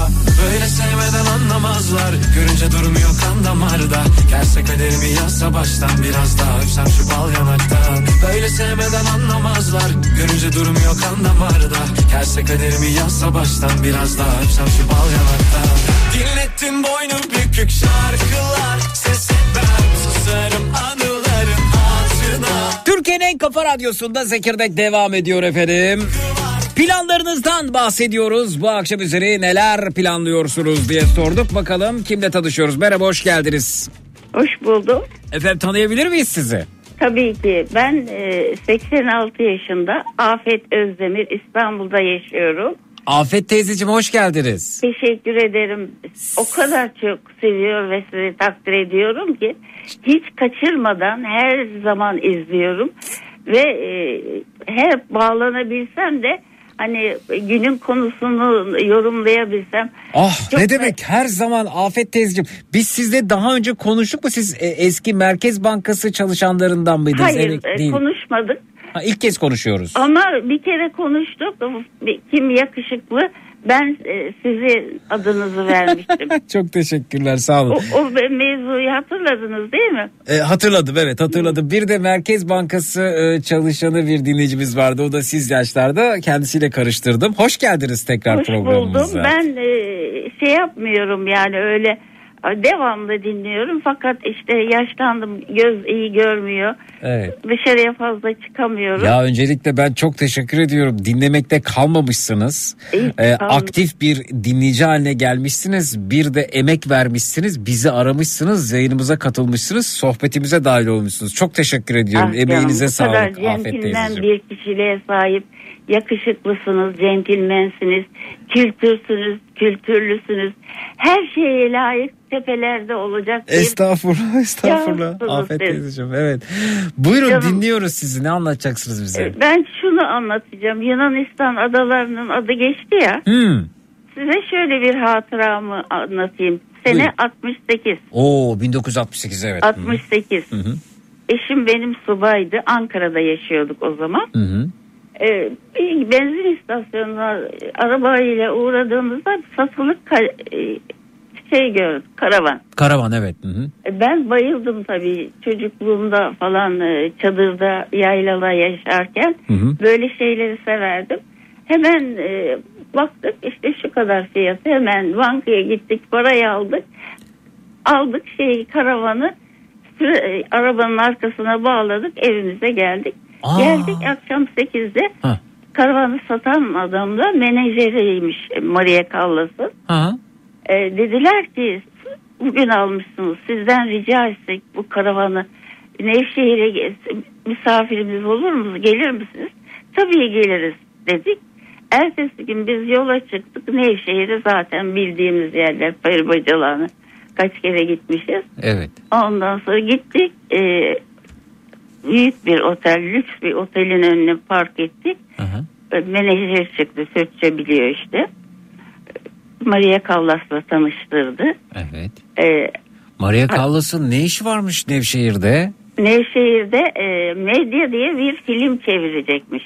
Böyle sevmeden anlamazlar. Görünce durmuyor kan damarda. Gelse kaderimi yazsa baştan biraz daha öpsem şu bal yanaktan. Böyle sevmeden anlamazlar. Görünce durmuyor kan damarda. Gelse kaderimi yazsa baştan biraz daha öpsem şu bal yanaktan. Dinlettin boynu bükük şarkılar. Ses etmem susarım anıların hatırına. Türkiye'nin en kafa radyosunda Zekirdek devam ediyor efendim. Planlarınızdan bahsediyoruz. Bu akşam üzeri neler planlıyorsunuz diye sorduk. Bakalım kimle tanışıyoruz. Merhaba, hoş geldiniz. Hoş buldum. Efendim, tanıyabilir miyiz sizi? Tabii ki. Ben 86 yaşında Afet Özdemir, İstanbul'da yaşıyorum. Afet teyzeciğim, hoş geldiniz. Teşekkür ederim. O kadar çok seviyor ve sizi takdir ediyorum ki hiç kaçırmadan her zaman izliyorum. Ve hep bağlanabilsem de hani günün konusunu yorumlayabilsem. Ah, ne demek, her zaman Afet teyzeciğim. Biz sizle daha önce konuştuk mu? Siz eski Merkez Bankası çalışanlarından mıydınız? Hayır, değil. konuşmadık. İlk kez konuşuyoruz. Ama bir kere konuştuk. Kim yakışıklı? Ben size adınızı vermiştim. Çok teşekkürler, sağ olun. O mevzuyu hatırladınız değil mi? Hatırladım, evet hatırladım. Bir de Merkez Bankası çalışanı bir dinleyicimiz vardı. O da siz yaşlarda, kendisiyle karıştırdım. Hoş geldiniz tekrar Hoş programımıza. buldum. Ben şey yapmıyorum yani, öyle devamlı dinliyorum. Fakat işte yaşlandım, göz iyi görmüyor. Evet. Dışarıya fazla çıkamıyorum. Ya öncelikle ben çok teşekkür ediyorum. Dinlemekte kalmamışsınız. Aktif bir dinleyici haline gelmişsiniz. Bir de emek vermişsiniz. Bizi aramışsınız. Yayınımıza katılmışsınız. Sohbetimize dahil olmuşsunuz. Çok teşekkür ediyorum. Emeğinize sağlık Afet centilmen teyzeciğim. bir kişiliğe sahip, yakışıklısınız, centilmensiniz, kültürlüsünüz. Her şeye layık tepelerde olacak. Estağfurullah. Afet teyzeciğim, evet. Buyurun, Canım, dinliyoruz sizi. Ne anlatacaksınız bize? Ben şunu anlatacağım. Yunanistan adalarının adı geçti ya. Size şöyle bir hatıramı anlatayım. Sene Buyurun. 68. Oo, 1968, evet. 68. Hı. Eşim benim subaydı. Ankara'da yaşıyorduk o zaman. Hı. Bir benzin istasyonuna arabayla uğradığımızda satılık gördük, karavan. Karavan, evet. Hı. Ben bayıldım tabii çocukluğumda falan, çadırda, yaylada yaşarken böyle şeyleri severdim. Hemen baktık işte şu kadar fiyatı, hemen bankaya gittik, parayı aldık karavanı arabanın arkasına bağladık, evimize geldik. Geldik akşam 8'de. Karavanı satan adam da menajeriymiş, Maria Callas'ın. Dediler ki bugün almışsınız, sizden rica etsek bu karavanı Nevşehir'e misafirimiz olur mu, gelir misiniz? Tabii geliriz dedik. Ertesi gün biz yola çıktık. Nevşehir'e zaten bildiğimiz yerler, Payırbacalar'ına kaç kere gitmişiz. Evet. Ondan sonra gittik. Büyük bir otel, lüks bir otelin önüne park ettik. Menajer çıktı, Türkçe biliyor işte. Maria Callas'la tanıştırdı. Evet. Maria Callas'ın ne işi varmış Nevşehir'de? Nevşehir'de Medya diye bir film çevirecekmiş.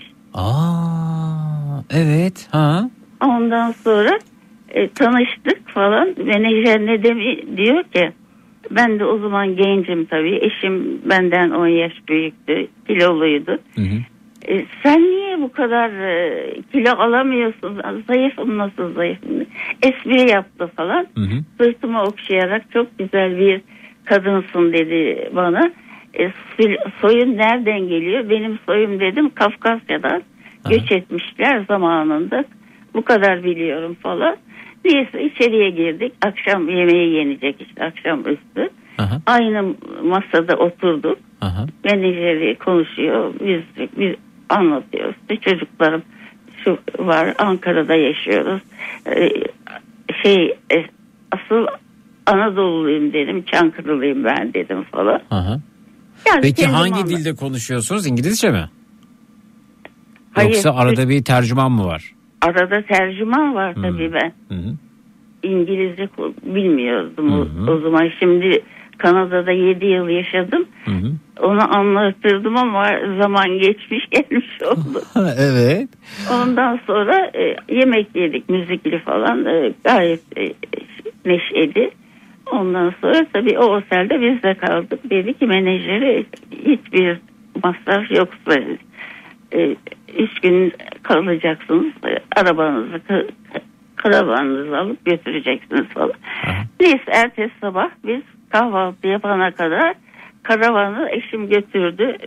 Evet. Ondan sonra tanıştık falan. Menajer ne diyor ki, ben de o zaman gencim tabii. Eşim benden 10 yaş büyüktü. Kiloluydu. Sen niye bu kadar kilo alamıyorsun? Zayıfım, nasıl zayıfım? Espri yaptı falan. Sırtımı okşayarak çok güzel bir kadınsın dedi bana. Soyun nereden geliyor? Benim soyum dedim Kafkasya'dan. Göç etmişler zamanında. Bu kadar biliyorum falan. Neyse içeriye girdik. Akşam yemeği yenecek işte, akşam üstü. Aynı masada oturduk. Menajeri konuşuyor. Biz anlatıyoruz. İşte çocuklarım şu var, Ankara'da yaşıyoruz. Asıl Anadolu'luyum dedim. Çankırılıyım ben dedim falan. Yani peki hangi dilde konuşuyorsunuz? İngilizce mi? Hayır, yoksa arada bir tercüman mı var? Arada tercüman var tabii ben. İngilizce bilmiyordum o zaman. Şimdi Kanada'da 7 yıl yaşadım. Onu anlatırdım ama zaman gelmiş oldu. Evet. Ondan sonra yemek yedik, müzikli falan, gayet neşeli. Ondan sonra tabii o otelde biz de kaldık. Dedi ki menajeri, hiçbir masraf yoksa 3 gün kalacaksınız, arabanızı karavanınızı alıp götüreceksiniz falan. Neyse ertesi sabah biz kahvaltı yapana kadar karavanı eşim götürdü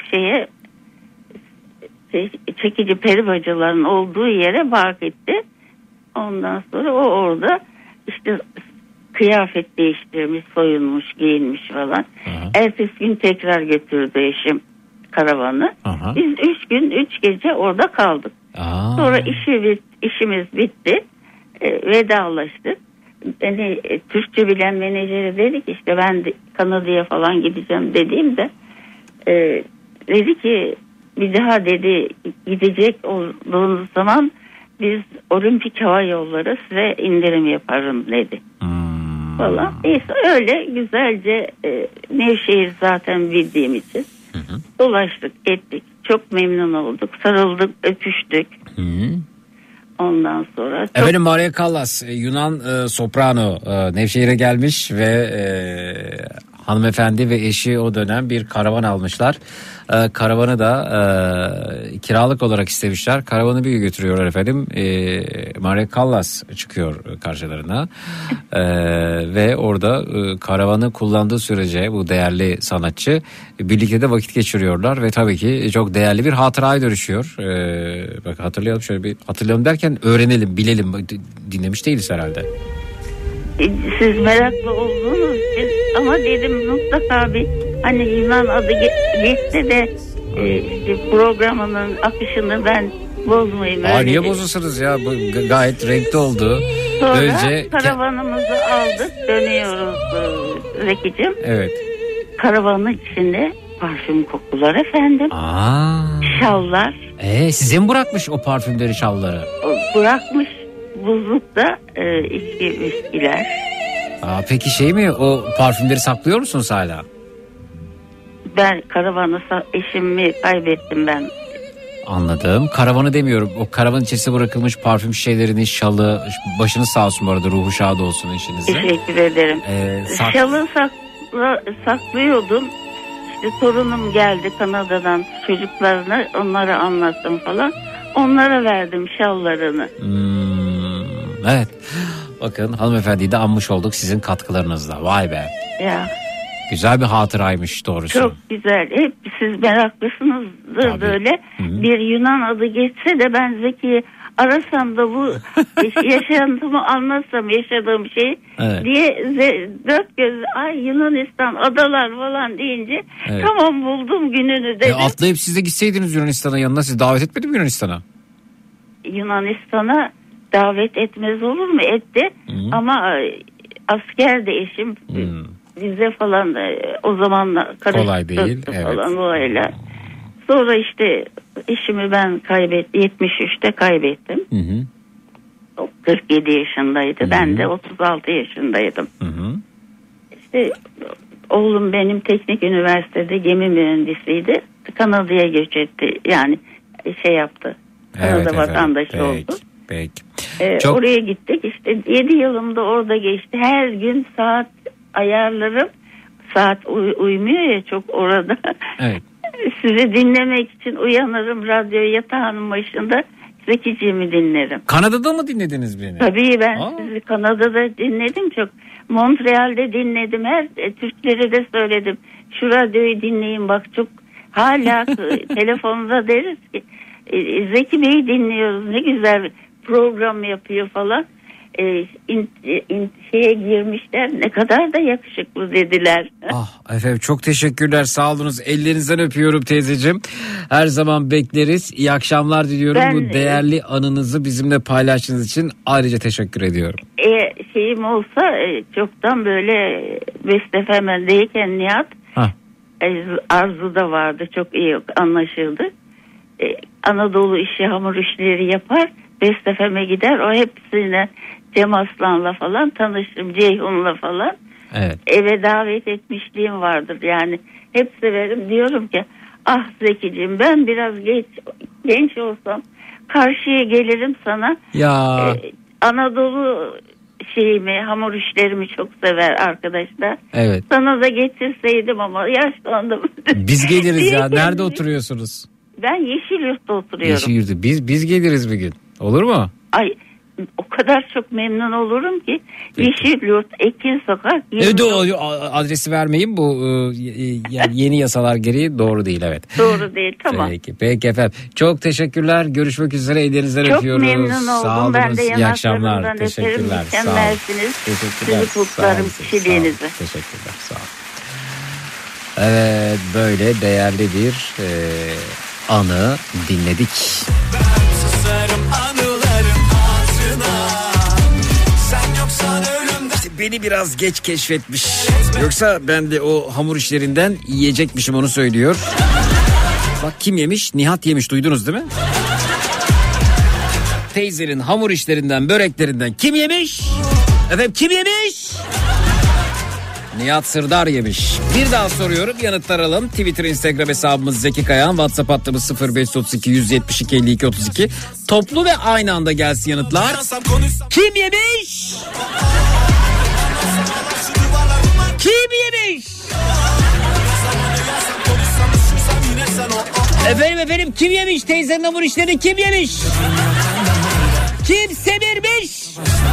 çekici peri bacaların olduğu yere park etti. Ondan sonra o orada işte kıyafet değiştirmiş, soyunmuş, giyinmiş falan. Ertesi gün tekrar götürdü eşim karavanı. Biz 3 gün 3 gece orada kaldık. Sonra işimiz bitti. Vedalaştık. Beni Türkçe bilen menajeri dedi ki işte ben de Kanada'ya falan gideceğim dediğimde dedi ki bir daha dedi gidecek olduğunuz zaman biz Olimpik Hava Yolları size indirim yaparım dedi. Falan. Neyse öyle güzelce Nevşehir zaten bildiğim için dolaştık ettik. Çok memnun olduk. Sarıldık, öpüştük. Ondan sonra Efendim Maria Callas, Yunan soprano, Nevşehir'e gelmiş ve hanımefendi ve eşi o dönem bir karavan almışlar. Karavanı da kiralık olarak istemişler. Karavanı bir götürüyorlar efendim. Maria Callas çıkıyor karşılarına. Ve orada karavanı kullandığı sürece bu değerli sanatçı birlikte de vakit geçiriyorlar ve tabii ki çok değerli bir hatıraya dönüşüyor. Bak hatırlayalım, şöyle bir hatırlayalım derken öğrenelim, bilelim. Dinlemiş değiliz herhalde. Siz meraklı olduğunuz için ama dedim mutlaka bir hani Yunan adı geçse de işte programının akışını ben bozmayayım. Niye bozulsunuz ya? Bu gayet renkli oldu. Sonra önce karavanımızı aldık, dönüyoruz Zeki'cim. Evet. Karavanın içinde parfüm kokular efendim. Şallar. Size mi bırakmış o parfümleri, şalları? Bırakmış. Buzlukta içki, viskiler. Peki şey mi, o parfümleri saklıyor musunuz hala? Ben karavanı eşimi kaybettim ben. Anladım. Karavanı demiyorum. O karavanın içerisine bırakılmış parfüm şişelerini, şalı, başınız sağ olsun bu arada, ruhu şad olsun eşinizin. Teşekkür ederim. Şalı saklıyordum. İşte torunum geldi Kanada'dan, çocuklarına onlara anlattım falan. Onlara verdim şallarını. Evet. Bakın hanımefendiyi de anmış olduk sizin katkılarınızla. Vay be. Ya. Güzel bir hatıraymış doğrusu. Çok güzel. Hep siz meraklısınızdır. Tabii. Böyle. Bir Yunan adı geçse de ben Zeki'yi arasam da bu yaşantımı anlatsam, yaşadığım şeyi diye dört göz Yunanistan adalar falan deyince tamam buldum gününü dedim. Atlayıp siz de gitseydiniz Yunanistan'a, yanına siz davet etmedi mi Yunanistan'a? Yunanistan'a davet etmez olur mu? Etti. Ama askerdi eşim. Vize falan o zamanla kolay değil. Falan olayla. Sonra işte eşimi ben 73'te kaybettim. 47 yaşındaydı. Ben de 36 yaşındaydım. İşte oğlum benim teknik üniversitede gemi mühendisiydi. Kanada'ya göç etti. Yani şey yaptı. Kanada vatandaşı oldu. Peki. Oraya gittik. İşte 7 yılımda orada geçti. Her gün saat ayarlarım. Saat uymuyor ya çok orada. Evet. Sizi dinlemek için uyanırım, radyo yatağının başında Zekiciğimi dinlerim. Kanada'da mı dinlediniz beni? Tabii ben sizi Kanada'da dinledim çok. Montreal'de dinledim. Her Türklere de söyledim. Şu radyoyu dinleyin bak çok hala telefonda deriz ki Zeki Bey'i dinliyoruz. Ne güzel program yapıyor falan. Şeye girmişler, ne kadar da yakışıklı dediler. Efendim çok teşekkürler, sağ olunuz, ellerinizden öpüyorum teyzeciğim, her zaman bekleriz. İyi akşamlar diliyorum. Bu değerli anınızı bizimle paylaştığınız için ayrıca teşekkür ediyorum. Şeyim olsa çoktan böyle Bestefemen'deyken Nihat Arzu da vardı, çok iyi anlaşıldı. Anadolu işi, hamur işleri yapar, Bestefem'e gider, o hepsine Cem Aslan'la falan tanıştım, Ceyhun'la falan. Evet. eve davet etmişliğim vardır. Yani hep severim. Diyorum ki ah Zekiciğim, ben biraz genç olsam karşıya gelirim sana. Ya. Anadolu hamur işlerimi çok sever arkadaşlar. Evet. Sana da getirseydim ama yaşlandım. Biz geliriz ya. Diye Nerede kendimi- oturuyorsunuz? Ben Yeşilyurt'ta oturuyorum. Yeşilyurt'ta. Biz geliriz bir gün. Olur mu? Ay, o kadar çok memnun olurum ki. Peki. Yeşilyurt, Ekin Sokak. Evet, adresi vermeyin, bu yani yeni yasalar gereği doğru değil, evet. Doğru değil, tamam. Peki efendim. Çok teşekkürler. Görüşmek üzere. Ellerinizden Çok öpüyoruz. memnun Sağ oldum. Ben olunuz. de İyi akşamlar. yanaklarımdan öperim. Teşekkürler. Sağ olun. Mükemmelsiniz. Teşekkürler. Sizi kutlarım, Sağ olun. kişiliğinizi. Sağ olun. Teşekkürler. Sağ olun. Evet, böyle değerli bir anı dinledik. Susarım anılarım ağzına. Sen yoksan ölümden. İşte beni biraz geç keşfetmiş. Yoksa ben de o hamur işlerinden yiyecekmişim, onu söylüyor. Bak kim yemiş? Nihat yemiş, duydunuz değil mi? Teyzenin hamur işlerinden, böreklerinden kim yemiş? Efendim kim yemiş? Nihat Sırdar yemiş. Bir daha soruyorum, yanıtlar alalım. Twitter, Instagram hesabımız Zeki Kayağan. WhatsApp hattımız 0532 172 52 32. Toplu ve aynı anda gelsin yanıtlar. Kim yemiş? Kim yemiş? Efendim kim yemiş? Teyzenin hamur işlerini kim yemiş? Kim semirmiş?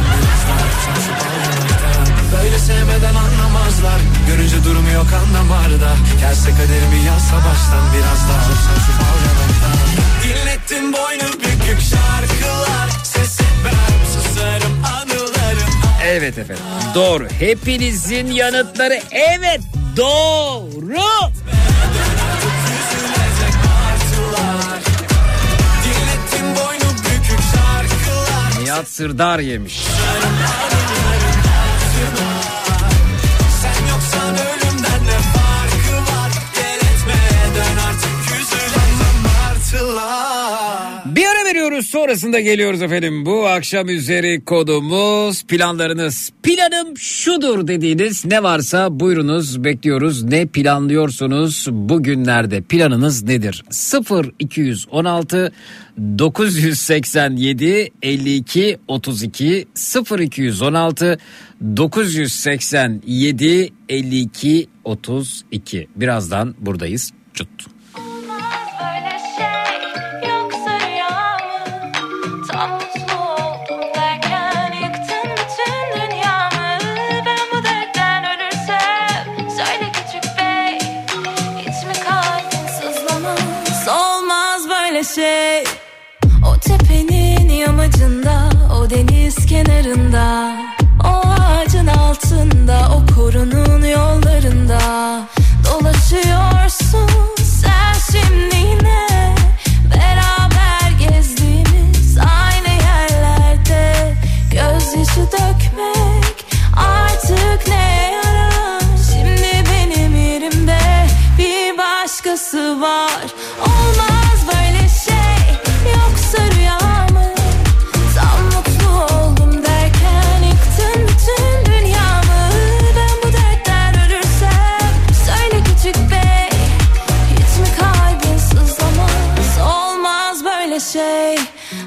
Böyle sevmeden anlamazlar. Görünce durum yok anlamarda. Gelse kaderimi yazsa baştan biraz daha. Dinlettim boynu bükük şarkılar. Ses etmem, susarım anılarım. Evet efendim, doğru. Hepinizin yanıtları evet, doğru. Dinlettim boynu bükük şarkılar. Nihat Sırdar yemiş. Sen yoksan ölümden ne farkı var? Gel etme, dön artık yüzülen martılar. Bir ara veriyoruz, sonrasında geliyoruz efendim. Bu akşam üzeri kodumuz planlarınız. Planım şudur dediğiniz ne varsa buyurunuz, bekliyoruz. Ne planlıyorsunuz bugünlerde, planınız nedir? 0216 987 52 32 0216 987 52 32. Birazdan buradayız. Çut. Böyle şey yoksa rüya mı? Tam mutlu oldum derken yıktın bütün dünyamı. Ben bu dertten ölürsem söyle küçük bey, hiç mi kalbin sızlamaz? Olmaz böyle şey. O tepenin yamacında, o deniz kenarında, o ağacın altında, o korunun yollarında dolaşıyorsun sen şimdi yine. Beraber gezdiğimiz aynı yerlerde gözyaşı dökmek artık ne yarar? Şimdi benim yerimde bir başkası var. Olmaz böyle şey, yoksa rüya mı? Tam mutlu oldum derken yıktın bütün dünyamı. Ben bu dertten ölürsem söyle küçük bey, hiç mi kalbin sızlamaz? Olmaz böyle şey.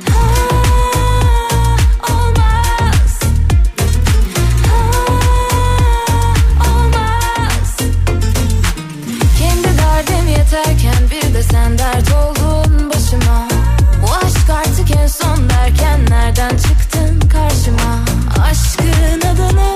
Olmaz. Olmaz. Kendi derdim yeterken bir de sen dert oldun başıma. Bu aşk artık en son derken nereden çıktın karşıma? Aşkın adını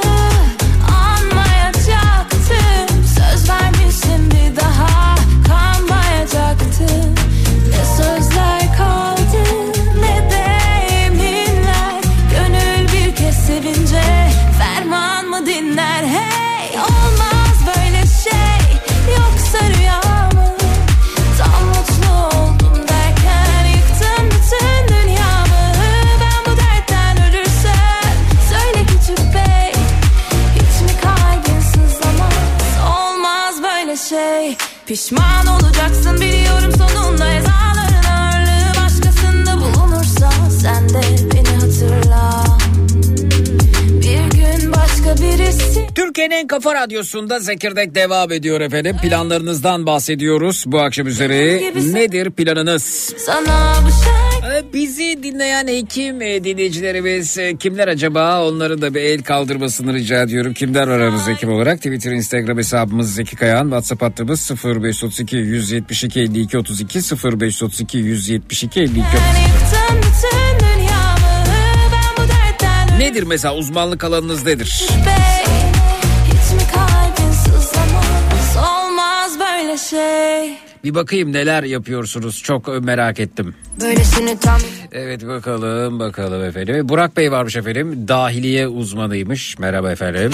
anmayacaktım. Söz vermişsin bir daha kanmayacaktım. Ne sözler kaldı ne de eminler. Gönül bir kez sevince ferman mı dinler? Hey, olmaz böyle şey, yoksa rüya mı? Tam mutlu oldum derken yıktın bütün dünyamı. Ben bu dertten ölürsem söyle küçük bey, hiç mi kalbin sızlamaz? Olmaz böyle şey. Pişman olacaksın biliyorum sonunda, ezaların ağırlığı başkasında bulunursa sen de beni hatırla. Bir gün başka birisi. Türkiye'nin en Kafa Radyosu'nda Zekirdek devam ediyor efendim. Planlarınızdan bahsediyoruz bu akşam üzere. Nedir planınız? Sana bu şey Bizi dinleyen hekim dinleyicilerimiz kimler acaba? Onları da bir el kaldırmasını rica ediyorum. Kimler aranız hekim olarak? Twitter, Instagram hesabımız Zeki Kayağan. WhatsApp hattımız 0532 172 52 32 0532 172 52 32. yıktın bütün dünyamı. Ben bu dertten Nedir mesela, uzmanlık alanınız nedir? bey. Hiç mi kalbin sızlamaz? Olmaz böyle şey. Bir bakayım neler yapıyorsunuz, çok merak ettim. Böylesini tam Evet bakalım efendim. Burak Bey varmış efendim, dahiliye uzmanıymış. Merhaba efendim.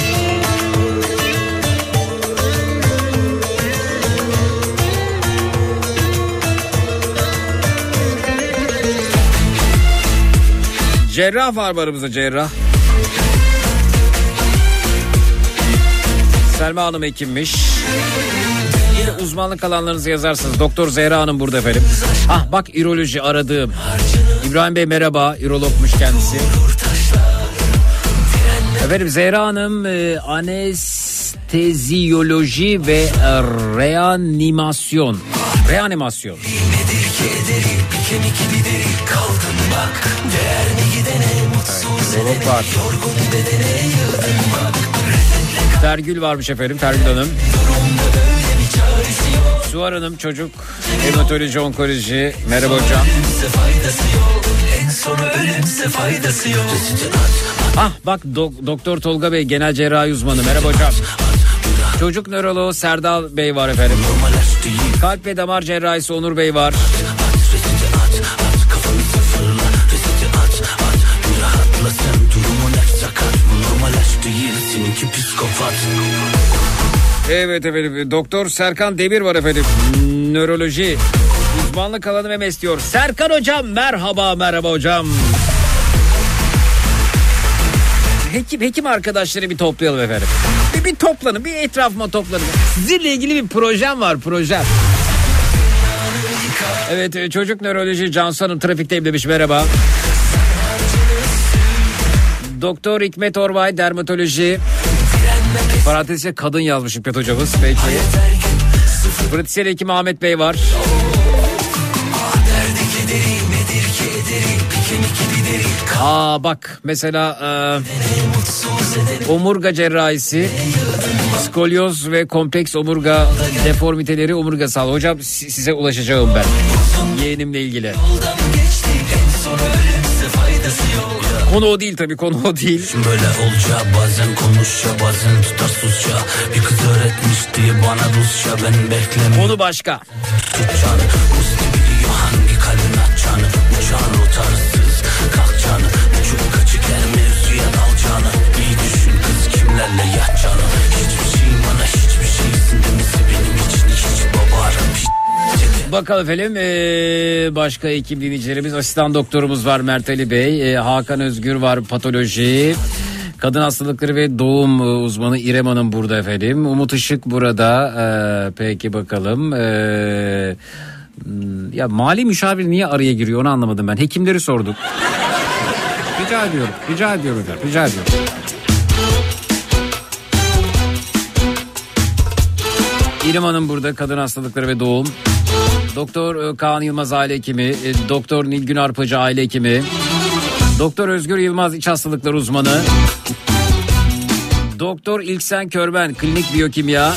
Cerrah var aramızda, cerrah. Selma Hanım hekimmiş. Yine uzmanlık alanlarınızı yazarsınız. Doktor Zehra Hanım burada efendim. Ah bak, üroloji aradığım. İbrahim Bey merhaba, ürologmuş kendisi. Efendim Zehra Hanım anesteziyoloji ve reanimasyon. Reanimasyon. Ürolog var. Fergül varmış efendim, Fergül Hanım. Suar Hanım çocuk hematoloji onkoloji. Merhaba hocam. Ah bak Doktor Tolga Bey genel cerrahi uzmanı. Merhaba hocam. Çocuk nöroloğu Serdal Bey var efendim. Kalp ve damar cerrahisi Onur Bey var. Evet efendim, Doktor Serkan Demir var efendim. Nöroloji uzmanlık alanı MS diyor. Serkan hocam merhaba hocam. Hekim arkadaşları bir toplayalım efendim. Bir toplanın, bir etrafıma toplanın. Sizinle ilgili bir projem var, projem. Evet, çocuk nöroloji Cansu Hanım trafikteyim demiş, merhaba. Doktor Hikmet Orbay dermatoloji. Parantezde kadın yazmış Hikmet hocamız. Peki. Pratisyen hekim Ahmet Bey var. Aa bak mesela omurga cerrahisi, skolyoz ve kompleks omurga deformiteleri, omurgasal. Hocam size ulaşacağım ben. Yeğenimle ilgili. Konu o değil tabii, konu o değil. Böyle olacak bazen konuşça bazen tutar susça. Bir kız öğretmişti bana Rusça, ben beklemiyorum. Konu başka. Tutacağını Musti biliyor hangi kalbin atacağını. Uçağın rotarsız kalkacağını. Uçup kaçık her mevzuya dalacağını. İyi düşün kız kimlerle yatacağını. Hiçbir şeyin bana hiçbir şeysin demesi benim için hiç babarım. Bakalım efendim başka ekip dinleyicilerimiz, asistan doktorumuz var Mert Ali Bey, Hakan Özgür var patoloji, kadın hastalıkları ve doğum uzmanı İrem Hanım burada efendim, Umut Işık burada. Peki bakalım ya mali müşavir niye araya giriyor onu anlamadım ben, hekimleri sorduk. Rica ediyorum. İrem Hanım burada, kadın hastalıkları ve doğum. Doktor Kaan Yılmaz aile hekimi, Doktor Nilgün Arpacı aile hekimi, Doktor Özgür Yılmaz iç hastalıkları uzmanı, Doktor İlksen Körben klinik biyokimya.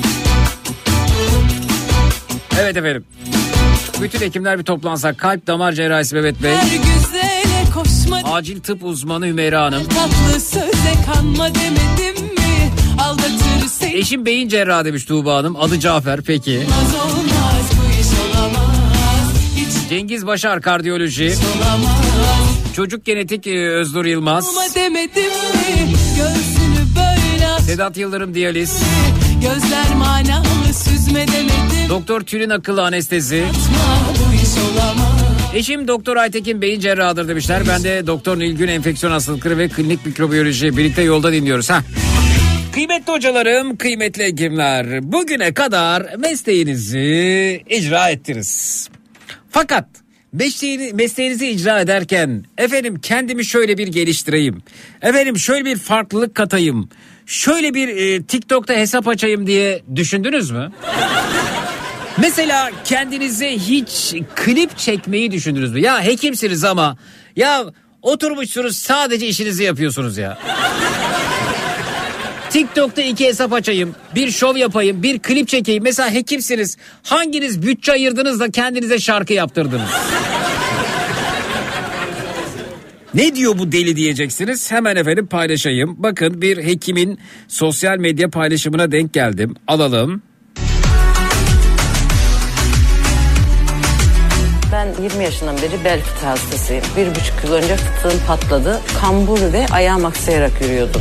Evet efendim. Bütün hekimler bir toplansak, kalp damar cerrahisi Mehmet Bey, acil tıp uzmanı Hümeyra Hanım, Tatlı söze kanma demedim mi? Aldatır seni. eşim beyin cerrahı demiş Tuğba Hanım, adı Cafer. Peki. Olmaz bu iş olamaz. Hiç Cengiz Başar kardiyoloji, olamaz. çocuk genetik Özgür Yılmaz, Olma demedim mi? Göğsünü böyle aç. Sedat Yıldırım diyaliz, Gözler manalı süzme demedim. Doktor Tülin Akıllı anestezi, Bu iş olamaz. eşim Doktor Aytekin beyin cerrahıdır demişler. Ben de Doktor Nilgün enfeksiyon hastalıkları ve klinik mikrobiyoloji, birlikte yolda dinliyoruz. Kıymetli hocalarım, kıymetli hekimler, bugüne kadar mesleğinizi icra ettiniz. Fakat mesleğinizi icra ederken efendim kendimi şöyle bir geliştireyim, efendim şöyle bir farklılık katayım, şöyle bir TikTok'ta hesap açayım diye düşündünüz mü? Mesela kendinize hiç klip çekmeyi düşündünüz mü? Ya hekimsiniz ama ya oturmuşsunuz sadece işinizi yapıyorsunuz ya. TikTok'ta 2 hesap açayım, bir şov yapayım, bir klip çekeyim. Mesela hekimsiniz. Hanginiz bütçe ayırdınız da kendinize şarkı yaptırdınız? Ne diyor bu deli diyeceksiniz. Hemen efendim paylaşayım. Bakın bir hekimin sosyal medya paylaşımına denk geldim. Alalım. Ben 20 yaşından beri bel fıtığı hastasıyım. 1,5 yıl önce fıtığım patladı. Kambur ve ayağım aksayarak yürüyordum.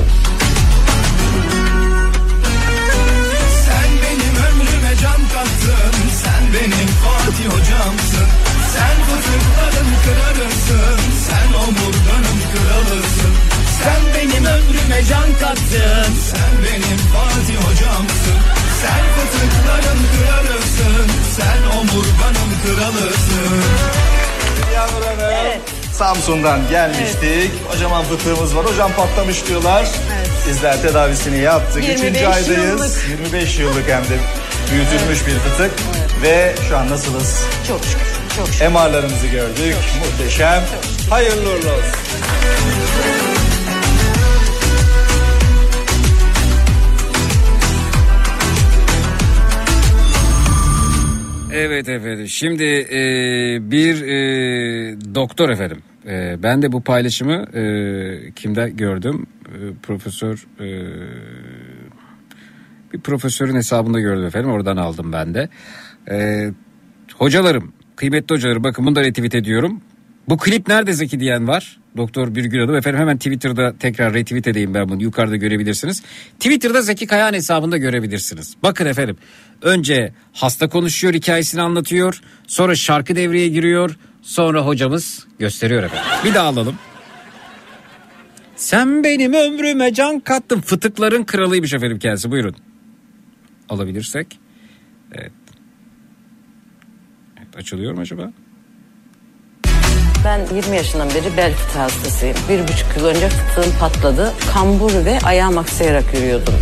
Sen benim ömrüme can kattın. Sen benim Fatih hocamsın. Sen fıtıklarım kralısın. Sen omurganım kralısın. Sen benim ömrüme can kattın. Sen benim Fatih hocamsın. Sen fıtıklarım kralısın. Sen omurganım kralısın. Evet. Samsun'dan gelmiştik. Kocaman fıtığımız var. Hocam patlamış diyorlar. Evet. Bizler tedavisini yaptık. 25 3. aydayız. yıllık. 25 yıllık hem de büyütülmüş bir fıtık. Ve şu an nasılız? Çok şükür. Çok şükür. MR'larımızı gördük. Muhteşem. Hayırlı uğurlu olsun. Evet efendim. Şimdi bir doktor efendim. Ben de bu paylaşımı kimde gördüm? Bir profesörün hesabında gördüm efendim. Oradan aldım ben de. Hocalarım, kıymetli hocalarım, bakın bunu da retweet ediyorum. Bu klip nerede Zeki diyen var. Doktor Birgül Hanım. Efendim hemen Twitter'da tekrar retweet edeyim ben bunu. Yukarıda görebilirsiniz. Twitter'da Zeki Kayağan hesabında görebilirsiniz. Bakın efendim. Önce hasta konuşuyor, hikayesini anlatıyor. Sonra şarkı devreye giriyor. Sonra hocamız gösteriyor efendim. Bir daha alalım. Sen benim ömrüme can kattın. Fıtıkların kralıymış efendim kendisi. Buyurun. Alabilirsek. Evet. Evet, açılıyor mu acaba? Ben 20 yaşından beri bel fıtığı hastasıyım. 1,5 yıl önce fıtığım patladı. Kambur ve ayağım aksayarak yürüyordum.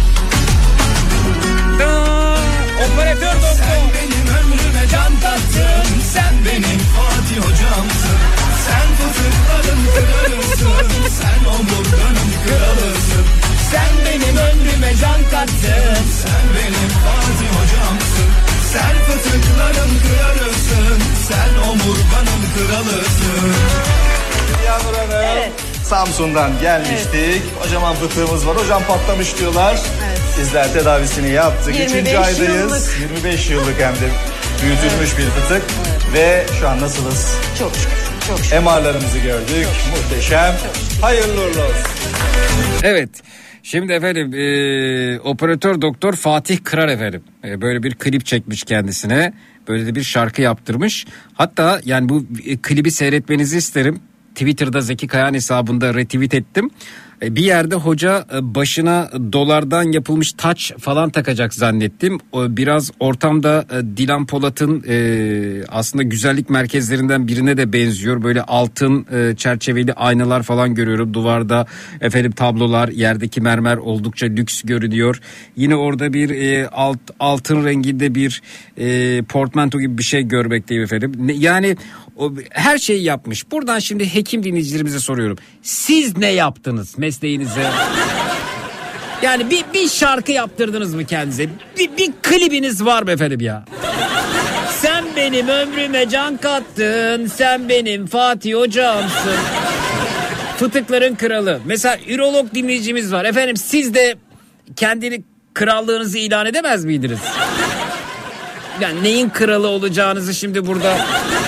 Operatör doktor. Sen benim ömrüme can kattın. Sen benim Fatih hocamsın. Sen fıtıklarım kralısın. Sen omurganım kralısın. Sen benim ömrüme can kattın. Sen benim Fatih hocamsın. Sen fıtıklarım kralısın. Sen omurganım kralısın. Evet. Samsun'dan gelmiştik. Evet. Kocaman fıtığımız var. Hocam patlamış diyorlar. Evet. Bizler tedavisini yaptık. 3. 25 aydayız. yıllık. 25 yıllık hem de büyütülmüş bir fıtık. Ve şu an nasılız? Çok şükür. Çok şükür. MR'larımızı gördük. Muhteşem. Hayırlı uğurlu olsun. Evet. Şimdi efendim operatör doktor Fatih Kırar efendim. Böyle bir klip çekmiş kendisine. Böyle de bir şarkı yaptırmış. Hatta yani bu klibi seyretmenizi isterim. Twitter'da Zeki Kayağan hesabında retweet ettim. Bir yerde hoca başına dolardan yapılmış taç falan takacak zannettim. Biraz ortamda Dilan Polat'ın aslında güzellik merkezlerinden birine de benziyor. Böyle altın çerçeveli aynalar falan görüyorum. Duvarda efendim tablolar, yerdeki mermer oldukça lüks görünüyor. Yine orada bir altın renginde bir portmanto gibi bir şey görmekteyim efendim. Yani her şeyi yapmış. Buradan şimdi hekim dinleyicilerimize soruyorum. Siz ne yaptınız mesleğinize? Yani bir şarkı yaptırdınız mı kendinize? Bir klibiniz var mı efendim ya? Sen benim ömrüme can kattın. Sen benim Fatih hocamsın. Fıtıkların kralı. Mesela ürolog dinleyicimiz var. Efendim siz de kendini krallığınızı ilan edemez miydiniz? Yani neyin kralı olacağınızı şimdi burada...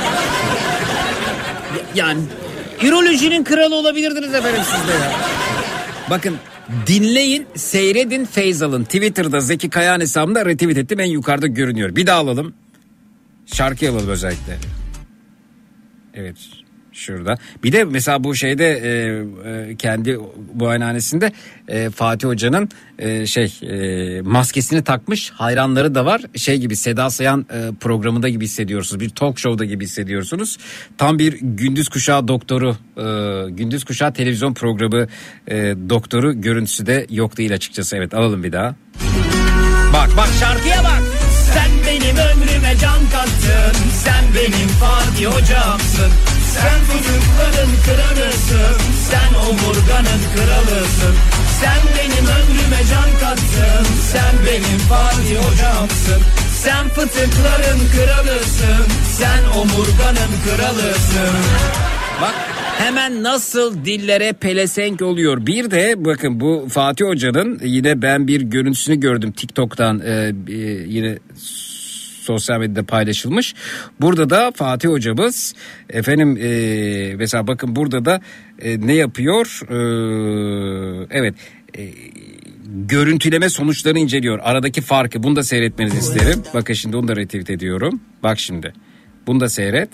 Yani ürolojinin kralı olabilirdiniz efendim siz de ya. Bakın dinleyin, seyredin, feyz alın. Twitter'da Zeki Kayağan hesabında retweet ettim, en yukarıda görünüyor. Bir daha alalım. Şarkı alalım özellikle. Evet. Şurada. Bir de mesela bu şeyde kendi muayenehanesinde Fatih Hoca'nın maskesini takmış hayranları da var. Şey gibi, Seda Sayan programında gibi hissediyorsunuz. Bir talk show'da gibi hissediyorsunuz. Tam bir gündüz kuşağı doktoru, gündüz kuşağı televizyon programı doktoru görüntüsü de yok değil açıkçası. Evet, alalım bir daha. Bak şarkıya bak. Sen benim ömrüme can kattın. Sen benim Fatih Hocamsın. Sen fıtıkların kralısın. Sen omurganın kralısın. Sen benim ömrüme can kattın. Sen benim Fatih Hocamsın. Sen fıtıkların kralısın. Sen omurganın kralısın. Bak hemen nasıl dillere pelesenk oluyor. Bir de bakın, bu Fatih Hoca'nın yine ben bir görüntüsünü gördüm TikTok'tan, yine sosyal medyada paylaşılmış. Burada da Fatih Hocamız mesela bakın burada da ne yapıyor? Evet. Görüntüleme sonuçlarını inceliyor. Aradaki farkı, bunu da seyretmenizi isterim. Bakın şimdi onu da retweet ediyorum. Bak şimdi. Bunu da seyret.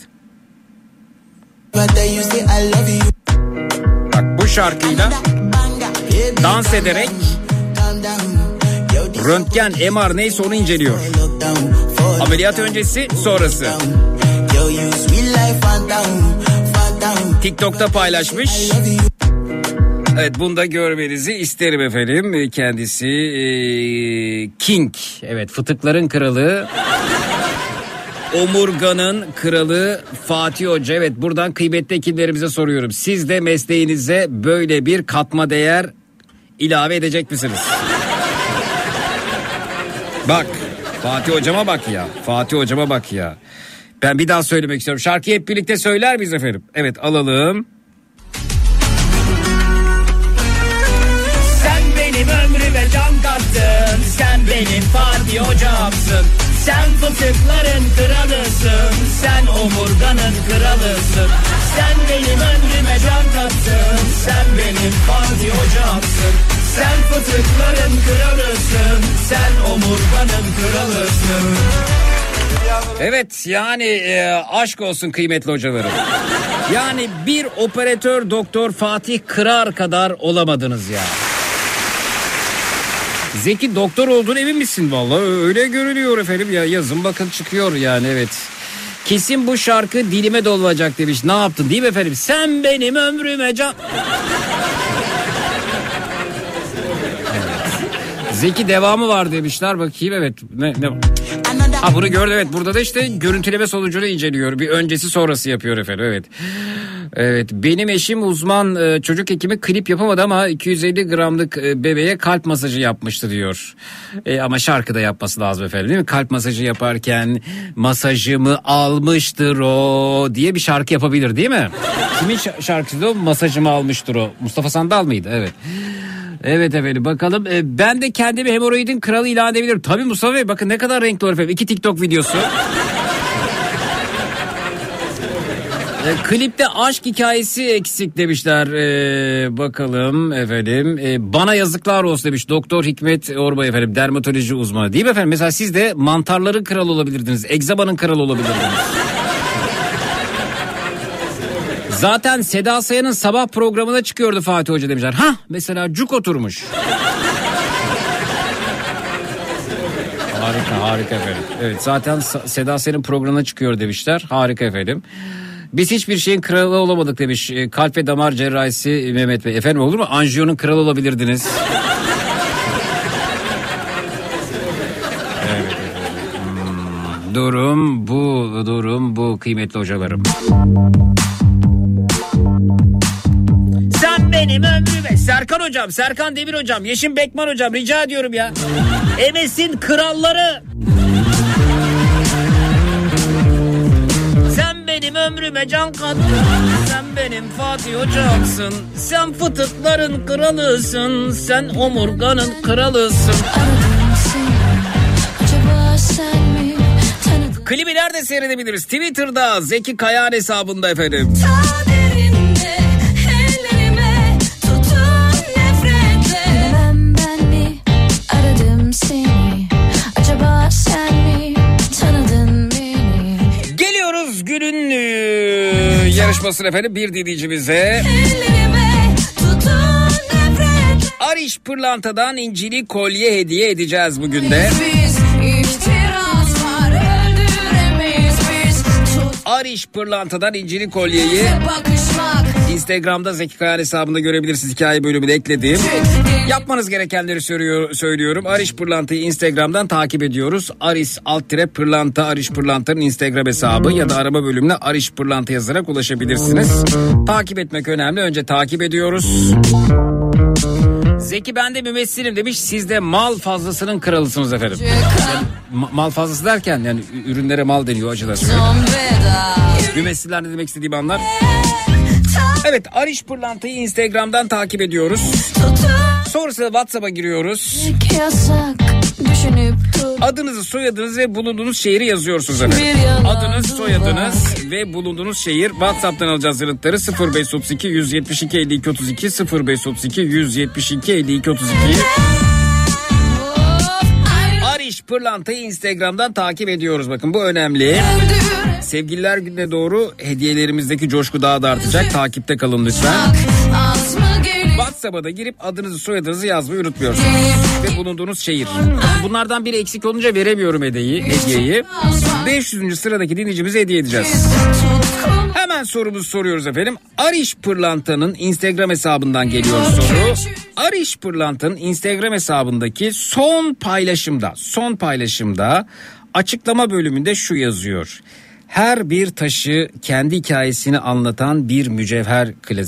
Bak bu şarkıyla dans ederek röntgen, MR neyse onu inceliyor. Ameliyat öncesi, sonrası. TikTok'ta paylaşmış. Evet, bunu da görmenizi isterim efendim. Kendisi King. Evet, fıtıkların kralı, omurganın kralı Fatih Hoca. Evet, buradan kıymetli ekiplerimize soruyorum. Siz de mesleğinize böyle bir katma değer ilave edecek misiniz? Bak, Fatih Hocama bak ya. Fatih Hocama bak ya. Ben bir daha söylemek istiyorum. Şarkıyı hep birlikte söyler miyiz efendim? Evet, alalım. Sen benim ömrüme can kattın. Sen benim Fatih Hocamsın. Sen fıtıkların kralısın. Sen omurganın kralısın. Sen benim ömrüme can kattın. Sen benim Fatih Hocamsın. Sen fıtıkların kralısın. Sen omurganın kralısın. Evet, yani aşk olsun kıymetli hocalarım. Yani bir operatör doktor Fatih Kırar kadar olamadınız ya. Zeki, doktor olduğunu emin misin? Vallahi öyle görünüyor efendim ya. Yazın bakın çıkıyor yani, evet. Kesin bu şarkı dilime dolacak demiş. Ne yaptın değil mi efendim? Sen benim ömrüme can... Zeki devamı var demişler, bakayım. Evet, ne? Ha, bunu gördüm. Evet, burada da işte görüntüleme sonucunu inceliyor. Bir öncesi sonrası yapıyor efendim. Evet. Evet, benim eşim uzman çocuk hekimi, klip yapamadı ama 250 gramlık bebeğe kalp masajı yapmıştı diyor. Ama şarkıda yapması lazım efendim, değil mi? Kalp masajı yaparken masajımı almıştır o diye bir şarkı yapabilir, değil mi? Kimin şarkısı o? Masajımı almıştır o. Mustafa Sandal mıydı? Evet. Evet efendim, bakalım. Ben de kendimi hemoroidin kralı ilan edebilirim. Tabii Mustafa Bey, bakın ne kadar renkli olur efendim. 2 TikTok videosu. Klipte aşk hikayesi eksik demişler. Bakalım efendim. Bana yazıklar olsun demiş Doktor Hikmet Orbay efendim, dermatoloji uzmanı. Değil mi efendim? Mesela siz de mantarların kralı olabilirdiniz. Egzamanın kralı olabilirdiniz. Zaten Seda Sayan'ın sabah programına çıkıyordu Fatih Hoca demişler. Hah, mesela cuk oturmuş. Harika efendim. Evet, zaten Seda Sayan'ın programına çıkıyor demişler. Harika efendim. Biz hiçbir şeyin kralı olamadık demiş kalp ve damar cerrahisi Mehmet Bey. Efendim, olur mu? Anjiyonun kralı olabilirdiniz. Evet. Durum bu kıymetli hocalarım. Sen benim ömrüme, Serkan hocam, Serkan Demir hocam, Yeşim Bekman hocam, rica ediyorum ya. Emesin kralları. Sen benim ömrüme can kattın. Sen benim Fatih Hocamsın. Sen fıtıkların kralısın. Sen omurganın kralısın. Klibi nerede seyredebiliriz? Twitter'da Zeki Kayağan hesabında efendim. Geliyoruz günün yarışmasını efendim bir dinleyicimize Ariş Pırlanta'dan incili kolye hediye edeceğiz bugün de. Ariş Pırlanta'dan incili kolyeyi Instagram'da Zeki Kayan hesabında görebilirsiniz. Hikaye bölümüne ekledim. Yapmanız gerekenleri söylüyorum. Ariş Pırlanta'yı Instagram'dan takip ediyoruz. Aris_Pırlanta Ariş Pırlanta'nın Instagram hesabı ya da arama bölümüne Ariş Pırlanta yazarak ulaşabilirsiniz. Takip etmek önemli. Önce takip ediyoruz. Zeki ben de mümessilim demiş. Siz de mal fazlasının kralısınız efendim. Yani, mal fazlası derken yani ürünlere mal deniyor acılar. Mümessiller ne demek istediğimi anlar. Evet, Ariş Pırlanta'yı Instagram'dan takip ediyoruz. Sonrasında WhatsApp'a giriyoruz. Adınızı, soyadınızı ve bulunduğunuz şehri yazıyorsunuz efendim. Adınız, soyadınız ve bulunduğunuz şehir. WhatsApp'tan alacağız yanıtları. 0532 172 52 32 0532 172 52 32. Ariş Pırlanta'yı Instagram'dan takip ediyoruz. Bakın bu önemli. Sevgililer Günü'ne doğru hediyelerimizdeki coşku daha da artacak. Takipte kalın lütfen. WhatsApp'a da girip adınızı, soyadınızı yazmayı unutmuyorsunuz. Ve bulunduğunuz şehir. Bunlardan biri eksik olunca veremiyorum hediyeyi. 500. sıradaki dinleyicimize hediye edeceğiz. Hemen sorumuzu soruyoruz efendim. Ariş Pırlanta'nın Instagram hesabından geliyor soru. Ariş Pırlanta'nın Instagram hesabındaki son paylaşımda açıklama bölümünde şu yazıyor. Her bir taşı kendi hikayesini anlatan bir mücevher klasiği. ...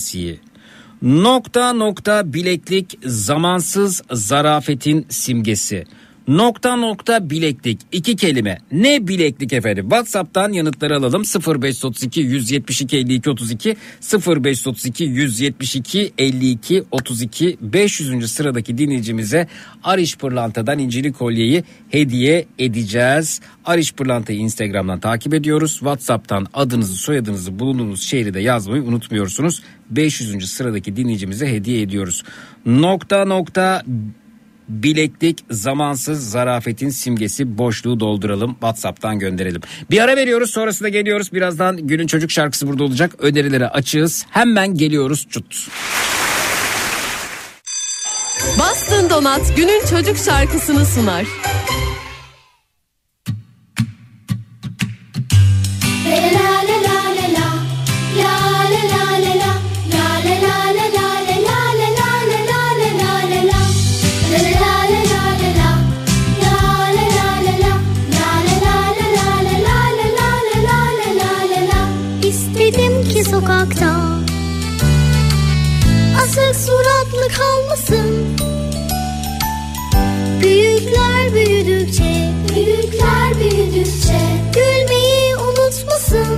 bileklik zamansız zarafetin simgesi. ... bileklik 2 kelime. Ne bileklik efendim? WhatsApp'tan yanıtları alalım. 0532 172 52 32 0532 172 52 32 500. sıradaki dinleyicimize Ariş Pırlanta'dan incili kolyeyi hediye edeceğiz. Ariş Pırlanta'yı Instagram'dan takip ediyoruz. WhatsApp'tan adınızı, soyadınızı, bulunduğunuz şehri de yazmayı unutmuyorsunuz. 500. sıradaki dinleyicimize hediye ediyoruz. ... bileklik zamansız zarafetin simgesi, boşluğu dolduralım, WhatsApp'tan gönderelim. Bir ara veriyoruz, sonrasında geliyoruz. Birazdan günün çocuk şarkısı burada olacak. Önerilere açığız. Hemen geliyoruz. Çut. Bastın Donat günün çocuk şarkısını sunar. Sokakta asık suratlı kalmasın. Büyükler büyüdükçe gülmeyi unutmasın.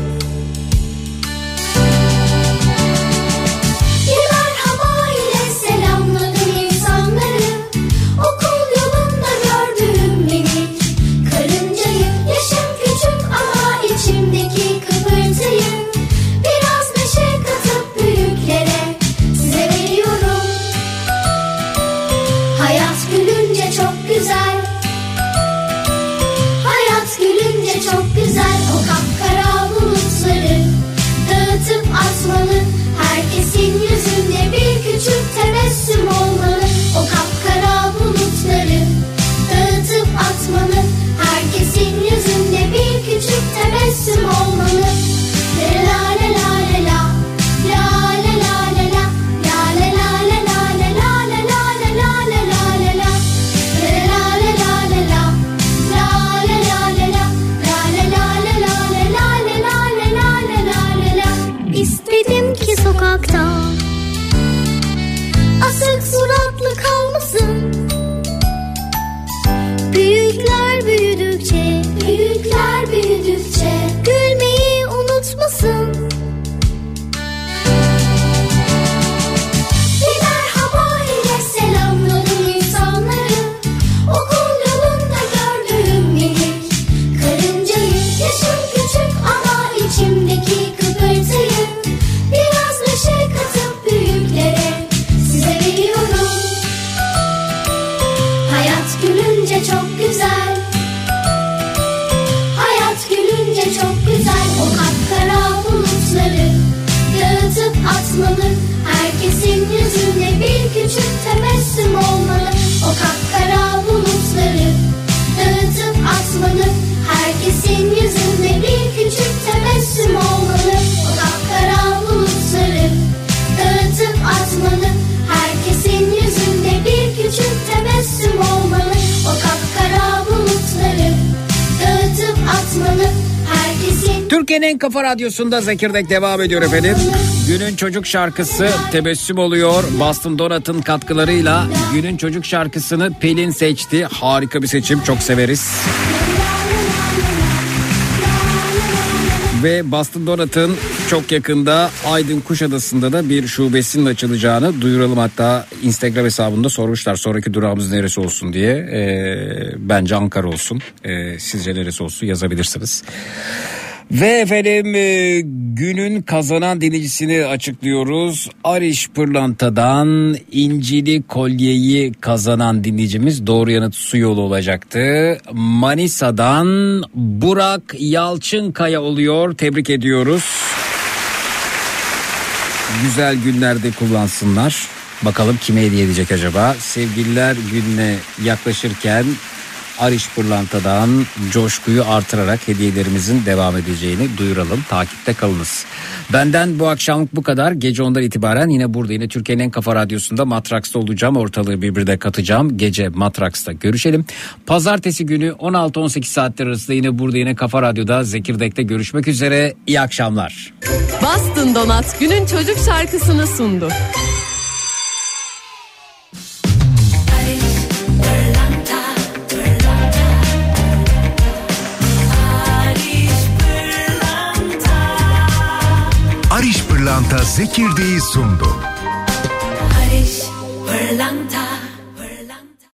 Bir merhaba ile selamladım insanları. Okul yolunda gördüğüm minik karıncayı. Yaşım küçük ama içimdeki kıpırtıyı size veriyorum. Hayat gülünce çok güzel. Hayat gülünce çok güzel. O kapkara bulutları dağıtıp atmalı. Herkesin yüzünde bir küçük tebessüm olmalı. O kapkara bulutları dağıtıp atmalı. Herkesin yüzünde bir küçük tebessüm olmalı. atmalı. Herkesin yüzünde bir küçük tebessüm olmalı. O kapkara bulutları dağıtıp atmalı. Herkesin yüzünde bir küçük tebessüm olmalı. O kapkara bulutları dağıtıp atmalı. Herkesin yüzünde bir küçük tebessüm olmalı. O kapkara bulutları dağıtıp atmalı. Herkesin... Türkiye'nin en kafa radyosunda Zekirdek devam ediyor efendim. Günün çocuk şarkısı tebessüm oluyor. Boston Donut'ın katkılarıyla günün çocuk şarkısını Pelin seçti. Harika bir seçim, çok severiz. Ve Boston Donut'ın çok yakında Aydın Kuşadası'nda da bir şubesinin açılacağını duyuralım. Hatta Instagram hesabında sormuşlar sonraki durağımız neresi olsun diye. Bence Ankara olsun. Sizce neresi olsun yazabilirsiniz. Ve efendim günün kazanan dinleyicisini açıklıyoruz. Ariş Pırlanta'dan incili kolyeyi kazanan dinleyicimiz doğru yanıt su yolu olacaktı. Manisa'dan Burak Yalçınkaya oluyor. Tebrik ediyoruz. Güzel günlerde kullansınlar. Bakalım kime hediye edecek acaba? Sevgililer gününe yaklaşırken Ariş Pırlanta'dan coşkuyu artırarak hediyelerimizin devam edeceğini duyuralım. Takipte kalınız. Benden bu akşamlık bu kadar. Gece 10'dan itibaren yine burada, yine Türkiye'nin en kafa radyosunda Matraks'ta olacağım. Ortalığı birbirine katacağım. Gece Matraks'ta görüşelim. Pazartesi günü 16-18 saatler arasında yine burada, yine Kafa Radyo'da Zekirdek'te görüşmek üzere. İyi akşamlar. Boston Donut günün çocuk şarkısını sundu. Ariş Pırlanta Zekirdek'i sundu. Ariş Pırlanta.